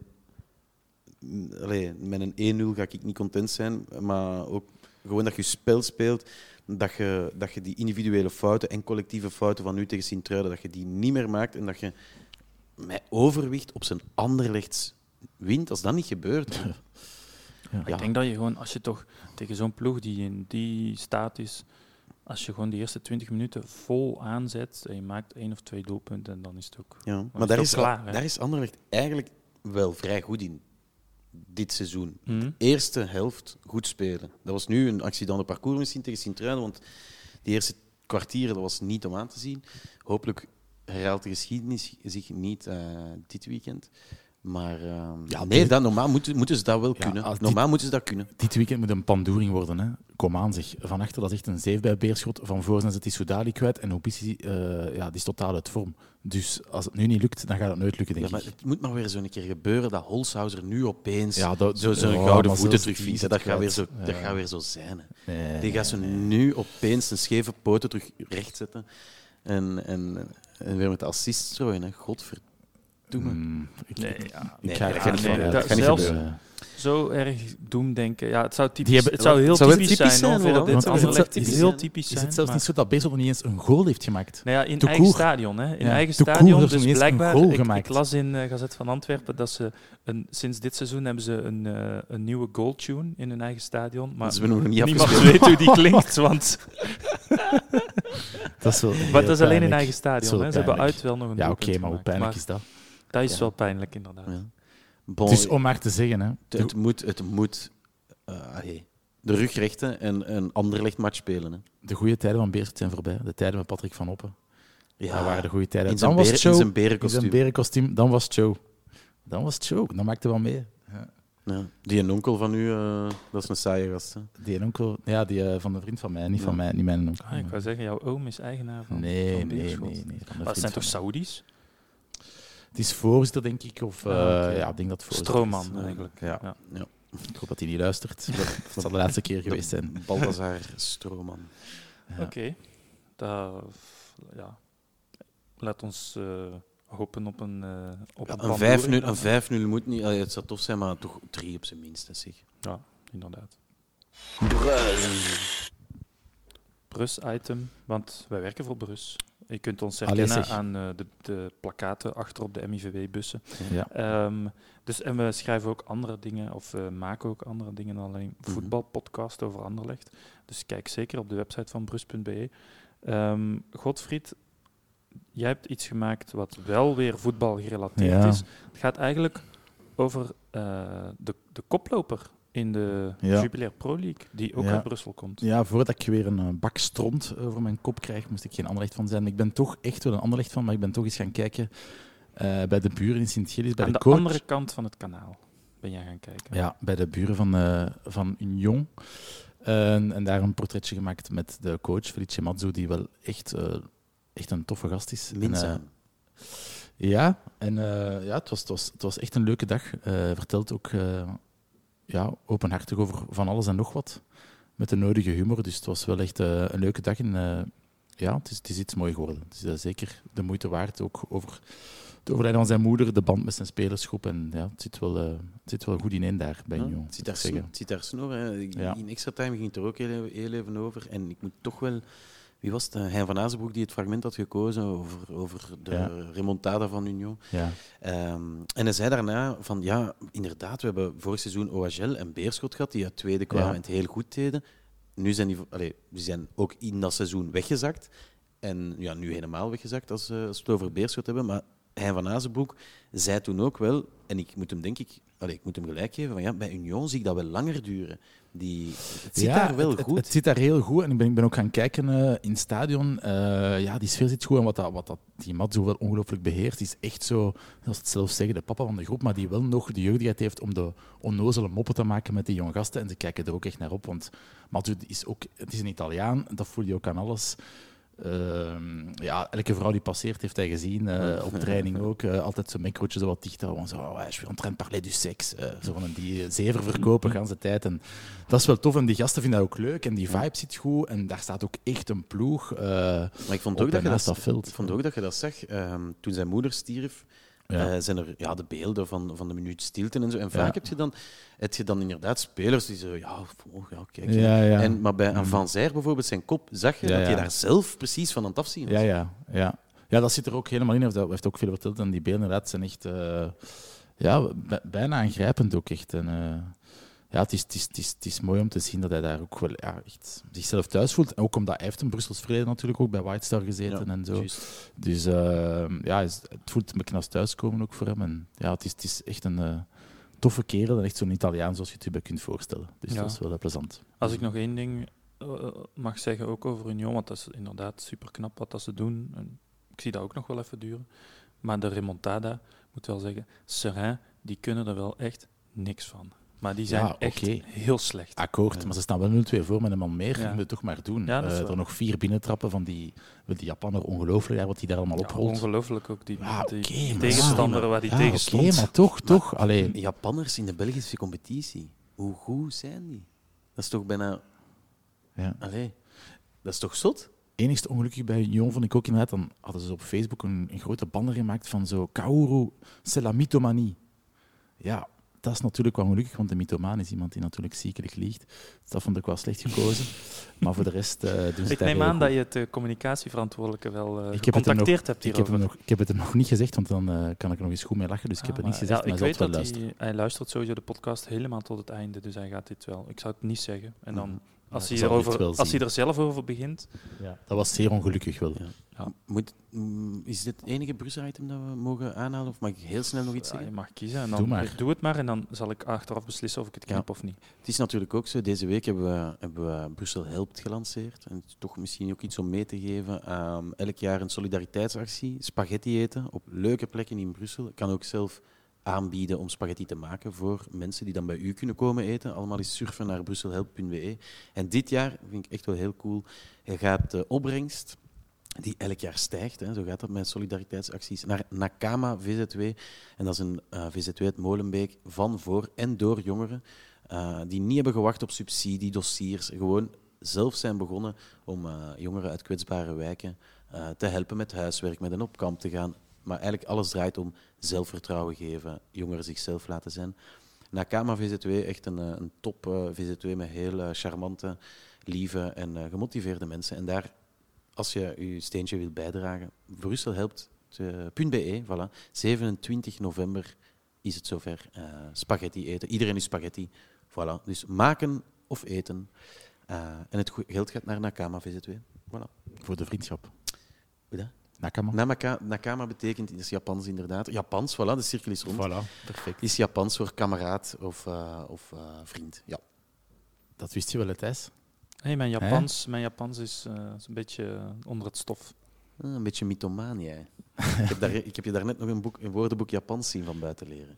Allee, met een één nul ga ik niet content zijn, maar ook gewoon dat je spel speelt, dat je, dat je die individuele fouten en collectieve fouten van nu tegen Sint-Truiden, dat je die niet meer maakt en dat je met overwicht op zijn Anderlechts wint, als dat niet gebeurt. Ja. Ja. Ik denk dat je gewoon, als je toch tegen zo'n ploeg die in die staat is, als je gewoon de eerste twintig minuten vol aanzet en je maakt één of twee doelpunten, dan is het ook, ja. Maar is daar, het is, klaar. Daar is Anderlecht eigenlijk wel vrij goed in. Dit seizoen. Mm. De eerste helft goed spelen. Dat was nu een accident de parcours misschien tegen Sint-Truiden, want die eerste kwartieren dat was niet om aan te zien. Hopelijk herhaalt de geschiedenis zich niet uh, dit weekend. Maar uh, ja, nee, dat, normaal moeten, moeten ze dat wel ja, kunnen. Normaal dit, moeten ze dat kunnen. Dit weekend moet een pandoering worden. Hè. Kom aan, zeg. Van achter, dat is echt een zeef bij Beerschot. Van voor zijn ze die Soudali kwijt. En Obissi, uh, ja, die is totaal uit vorm. Dus als het nu niet lukt, dan gaat het nooit lukken, denk ja, maar ik. Het moet maar weer zo een keer gebeuren dat Holshouser nu opeens ja, dat, zo zo'n oh, gouden voeten terugviest. Dat, gaat weer zo, ja. dat gaat weer zo zijn. Hè. Nee, die gaat ze nee. nu opeens een scheve poten terug rechtzetten. En, en, en weer met de assist strooien. Hè. Godverdomme. Mm, ik, nee, ja. ik ga nee, er nee, niet dat van zelfs zo erg doemdenken. Ja, het zou, typisch, hebben, het zou heel zou typisch, typisch zijn. zijn Hoor, dit is, het, het, is, is heel typisch zijn. Is het zelfs maar... niet zo dat Beerschot niet eens een goal heeft gemaakt? Nou ja, in Te eigen koer. stadion. Hè. In ja, eigen Te stadion. Dus blijkbaar, een goal ik, gemaakt. ik las in uh, Gazet van Antwerpen dat ze een, sinds dit seizoen hebben ze een, uh, een nieuwe goaltune in hun eigen stadion. Maar dus we nog niet niemand afgespeeld. weet hoe die klinkt, want... dat is wel maar dat is alleen in eigen stadion. Hè. Ze hebben uit wel nog een ja, oké, okay, maar hoe pijnlijk is dat? Dat is ja. wel pijnlijk, inderdaad. Ja. Bon, het is om maar te zeggen. Hè. Het, het moet, het moet uh, hey, de rug rechten en een Anderlecht-match spelen. Hè. De goede tijden van Beerschot zijn voorbij. De tijden met Patrick van Oppen. Ja, dat waren de goede tijden. In zijn, dan was beren, show, in zijn berenkostuum. In zijn berenkostuum, dan was het show. Dan was het show. Dan maakte wel mee. Ja. Ja, die een onkel van u, uh, dat is een saaie gast. Hè. Die een onkel, ja, die uh, van een vriend van mij, niet ja. van mij, niet mijn onkel. Ah, ik wou zeggen, jouw oom is eigenaar van, nee, van nee, Beerschot. nee, nee. Maar het zijn toch Saoedi's? Het is voorzitter, denk ik. Of, uh, ah, okay. Ja, ik denk dat het Stroomman, is. eigenlijk. Ja. Ja. Ja. Ik hoop dat hij niet luistert. Dat zal de laatste keer geweest zijn. Balthazar Stroomman. Ja. Oké. Okay. Ja. Laat ons uh, hopen op een uh, op ja, een, een vijf nul moet niet... Allee, het zou tof zijn, maar toch drie op zijn minst. Zeg. Ja, inderdaad. Brus. Brus-item, want wij werken voor Brus. Je kunt ons herkennen Allee, aan uh, de, de plakkaten achter op de M I V W-bussen. Ja. Um, dus, en we schrijven ook andere dingen, of uh, maken ook andere dingen dan alleen voetbalpodcast over Anderlecht. Dus kijk zeker op de website van brus punt b e. Um, Godfried, jij hebt iets gemaakt wat wel weer voetbal gerelateerd ja. is. Het gaat eigenlijk over uh, de, de koploper in de ja. Jupiler Pro League, die ook ja. uit Brussel komt. Ja, voordat ik weer een uh, bak stront over mijn kop krijg, moest ik geen Anderlecht van zijn. Ik ben toch echt wel een Anderlecht van, maar ik ben toch eens gaan kijken uh, bij de buren in Sint-Gilles. Bij Aan de, de coach. andere kant van het kanaal ben jij gaan kijken. Ja, bij de buren van, uh, van Union. Uh, en daar een portretje gemaakt met de coach, Felice Mazzu, die wel echt, uh, echt een toffe gast is. Minzaam. En, uh, ja, en uh, ja, het, was, het, was, het was echt een leuke dag. Uh, vertelt ook uh, ja, openhartig over van alles en nog wat. Met de nodige humor. Dus het was wel echt uh, een leuke dag. En uh, ja, het is, het is iets moois geworden. Het is uh, zeker de moeite waard. Ook over het overlijden van zijn moeder, de band met zijn spelersgroep. En ja, het zit wel, uh, het zit wel goed ineen daar bij Union. Ja, het zit daar, sno- het zit daar snor. Hè. Ja. In extra time ging het er ook heel, heel even over. En ik moet toch wel... Wie was het? Hein van Azenbroek die het fragment had gekozen over, over de ja. remontada van Union. Ja. Um, en hij zei daarna van, ja, inderdaad, we hebben vorig seizoen O H L en Beerschot gehad, die uit tweede kwamen ja. en het heel goed deden. Nu zijn die, allee, die zijn ook in dat seizoen weggezakt. En ja, nu helemaal weggezakt als, uh, als we het over Beerschot hebben. Maar Hein van Azenbroek zei toen ook wel, en ik moet hem denk ik, allee, ik moet hem gelijk geven, van ja, bij Union zie ik dat wel langer duren. Die, het zit ja, daar wel het, goed. Het, het zit daar heel goed. En ik ben, ik ben ook gaan kijken uh, in het stadion. Uh, ja, die sfeer zit goed. En wat, dat, wat dat, die Mazzu wel ongelooflijk beheert, is echt zo, zoals het zelf zeggen, de papa van de groep, maar die wel nog de jeugdigheid heeft om de onnozele moppen te maken met die jonge gasten. En ze kijken er ook echt naar op. Want Mazzu is ook, het is een Italiaan, dat voel je ook aan alles. Uh, ja, elke vrouw die passeert heeft hij gezien, uh, op training ook. Uh, altijd zo'n microotje zo wat dichter. Gewoon zo, oh, je suis en train de parler du sexe. Uh, zo van die zever verkopen de hele tijd. En dat is wel tof. En die gasten vinden dat ook leuk. En die vibe zit goed. En daar staat ook echt een ploeg. Uh, maar ik vond ook dat je dat, dat veld. Ik vond ook dat je dat zag. Um, toen zijn moeder stierf, ja. Uh, zijn er ja, de beelden van, van de minuut stilte en zo. En vaak ja. heb, je dan, heb je dan inderdaad spelers die zo, ja, oh, ja kijk. Ja, ja. En, maar bij Van Zijr bijvoorbeeld, zijn kop, zag je ja, dat ja. je daar zelf precies van aan het afzien was. Ja, ja, ja. ja, dat zit er ook helemaal in. Hij heeft, heeft ook veel verteld. En die beelden inderdaad zijn echt uh, ja, b- bijna aangrijpend ook echt. En, uh, ja, het is, het, is, het, is, het is mooi om te zien dat hij daar ook wel ja, echt zichzelf thuis voelt. En ook omdat hij heeft een Brussels verleden natuurlijk ook bij White Star gezeten ja, en zo. Juist. Dus uh, ja, het voelt een beetje als thuiskomen ook voor hem. En ja, het is, het is echt een uh, toffe kerel en echt zo'n Italiaan zoals je het je bij kunt voorstellen. Dus ja. dat is wel uh, plezant. Als ik nog één ding uh, mag zeggen ook over Union, want dat is inderdaad super knap wat dat ze doen. En ik zie dat ook nog wel even duren. Maar de remontada, moet wel zeggen, Serein, die kunnen er wel echt niks van. Maar die zijn ja, echt okay. heel slecht. Akkoord, ja. maar ze staan wel nul twee voor met een man meer. Ja. Je moet het toch maar doen. Ja, uh, er nog vier binnentrappen van die, die Japaner. Ongelooflijk, wat die daar allemaal ja, oprolt. Ongelooflijk ook, die, ja, die okay, tegenstander ja, waar die ja, tegen stond. Oké, okay, maar toch, maar toch. Allee. Japanners in de Belgische competitie, hoe goed zijn die? Dat is toch bijna... Ja. Allee, dat is toch zot? Enigste ongelukkig bij Union vond ik ook inderdaad, dan hadden ze op Facebook een, een grote banner gemaakt van zo Kaoru, c'est la mythomanie. Ja, dat is natuurlijk wel ongelukkig, want de mythomaan is iemand die natuurlijk ziekelijk liegt. Dus dat vond ik wel slecht gekozen. Maar voor de rest uh, doen ze ik neem aan goed. Dat je het uh, communicatieverantwoordelijke wel uh, ik gecontacteerd hebt ik hierover. Heb nog, ik heb het hem nog niet gezegd, want dan uh, kan ik er nog eens goed mee lachen. Dus ik ah, heb het niet gezegd, ja, maar hij ik zal weet het wel dat luisteren. Hij, hij luistert sowieso de podcast helemaal tot het einde, dus hij gaat dit wel. Ik zou het niet zeggen. En dan... Mm. Als, ja, hij erover, als hij er zelf over begint. Ja, dat was zeer ongelukkig wel. Ja. Ja. Moet, is dit het enige Brussel-item dat we mogen aanhalen? Of mag ik heel snel nog iets zeggen? Ja, je mag kiezen. En dan doe, maar. doe het maar en dan zal ik achteraf beslissen of ik het knip ja. of niet. Het is natuurlijk ook zo. Deze week hebben we, hebben we Brussel Helpt gelanceerd. En het is toch misschien ook iets om mee te geven. Um, elk jaar een solidariteitsactie. Spaghetti eten op leuke plekken in Brussel. Ik kan ook zelf aanbieden om spaghetti te maken voor mensen die dan bij u kunnen komen eten. Allemaal eens surfen naar brusselhelp punt b e. En dit jaar vind ik echt wel heel cool. Je gaat de opbrengst, die elk jaar stijgt, hè, zo gaat dat met solidariteitsacties, naar Nakama V Z W. En dat is een uh, V Z W uit Molenbeek van, voor en door jongeren uh, die niet hebben gewacht op subsidie, dossiers, gewoon zelf zijn begonnen om uh, jongeren uit kwetsbare wijken uh, te helpen met huiswerk, met hen op kamp te gaan. Maar eigenlijk alles draait om zelfvertrouwen geven, jongeren zichzelf laten zijn. Nakama V Z W, echt een, een top uh, V Z W met heel uh, charmante, lieve en uh, gemotiveerde mensen. En daar, als je je steentje wilt bijdragen, Brussel helpt .be, voilà. zevenentwintig november is het zover. Uh, spaghetti eten. Iedereen is spaghetti. Voilà. Dus maken of eten. Uh, en het geld gaat naar Nakama V Z W. Voilà. Voor de vriendschap. Hoe dat? Nakama. Namaka, nakama betekent, in het Japans inderdaad, Japans, voilà, de cirkel is rond. Voilà, perfect. Is Japans voor kameraad of, uh, of uh, vriend, ja. Dat wist je wel, Thijs? Hey, mijn Japans, mijn Japans is, uh, is een beetje onder het stof. Ah, een beetje mythomaan, jij. ik, heb daar, ik heb je daarnet nog een, boek, een woordenboek Japans zien van buiten leren.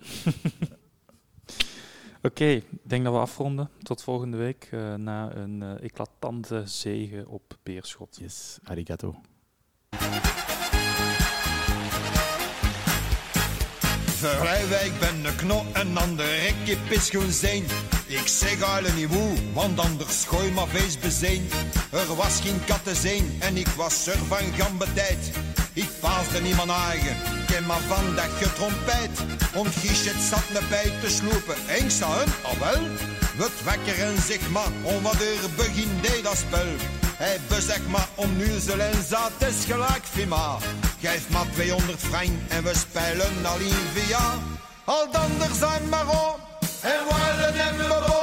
Oké, okay, ik denk dat we afronden. Tot volgende week, uh, na een uh, eclatante zege op Beerschot. Yes, arigato. Vrijwijk ben een knot en ander rekje pischoen zijn. Ik zeg alle niet woe, want anders gooi maar feest bezeen. Er was geen katten zijn en ik was er van gambetijd. Ik paasde niet mijn eigen, ken maar van dat getrompet. Om Gichet zat me bij te slopen, en sta hem, al wel. Wat wakker en zeg maar, om wat er begin deed dat spel. Hij bezeg maar om nuzel en zat is gelijk Fima. Geef maar tweehonderd frank en we spelen al in via. Al dan er zijn maar op en willen hem maar op.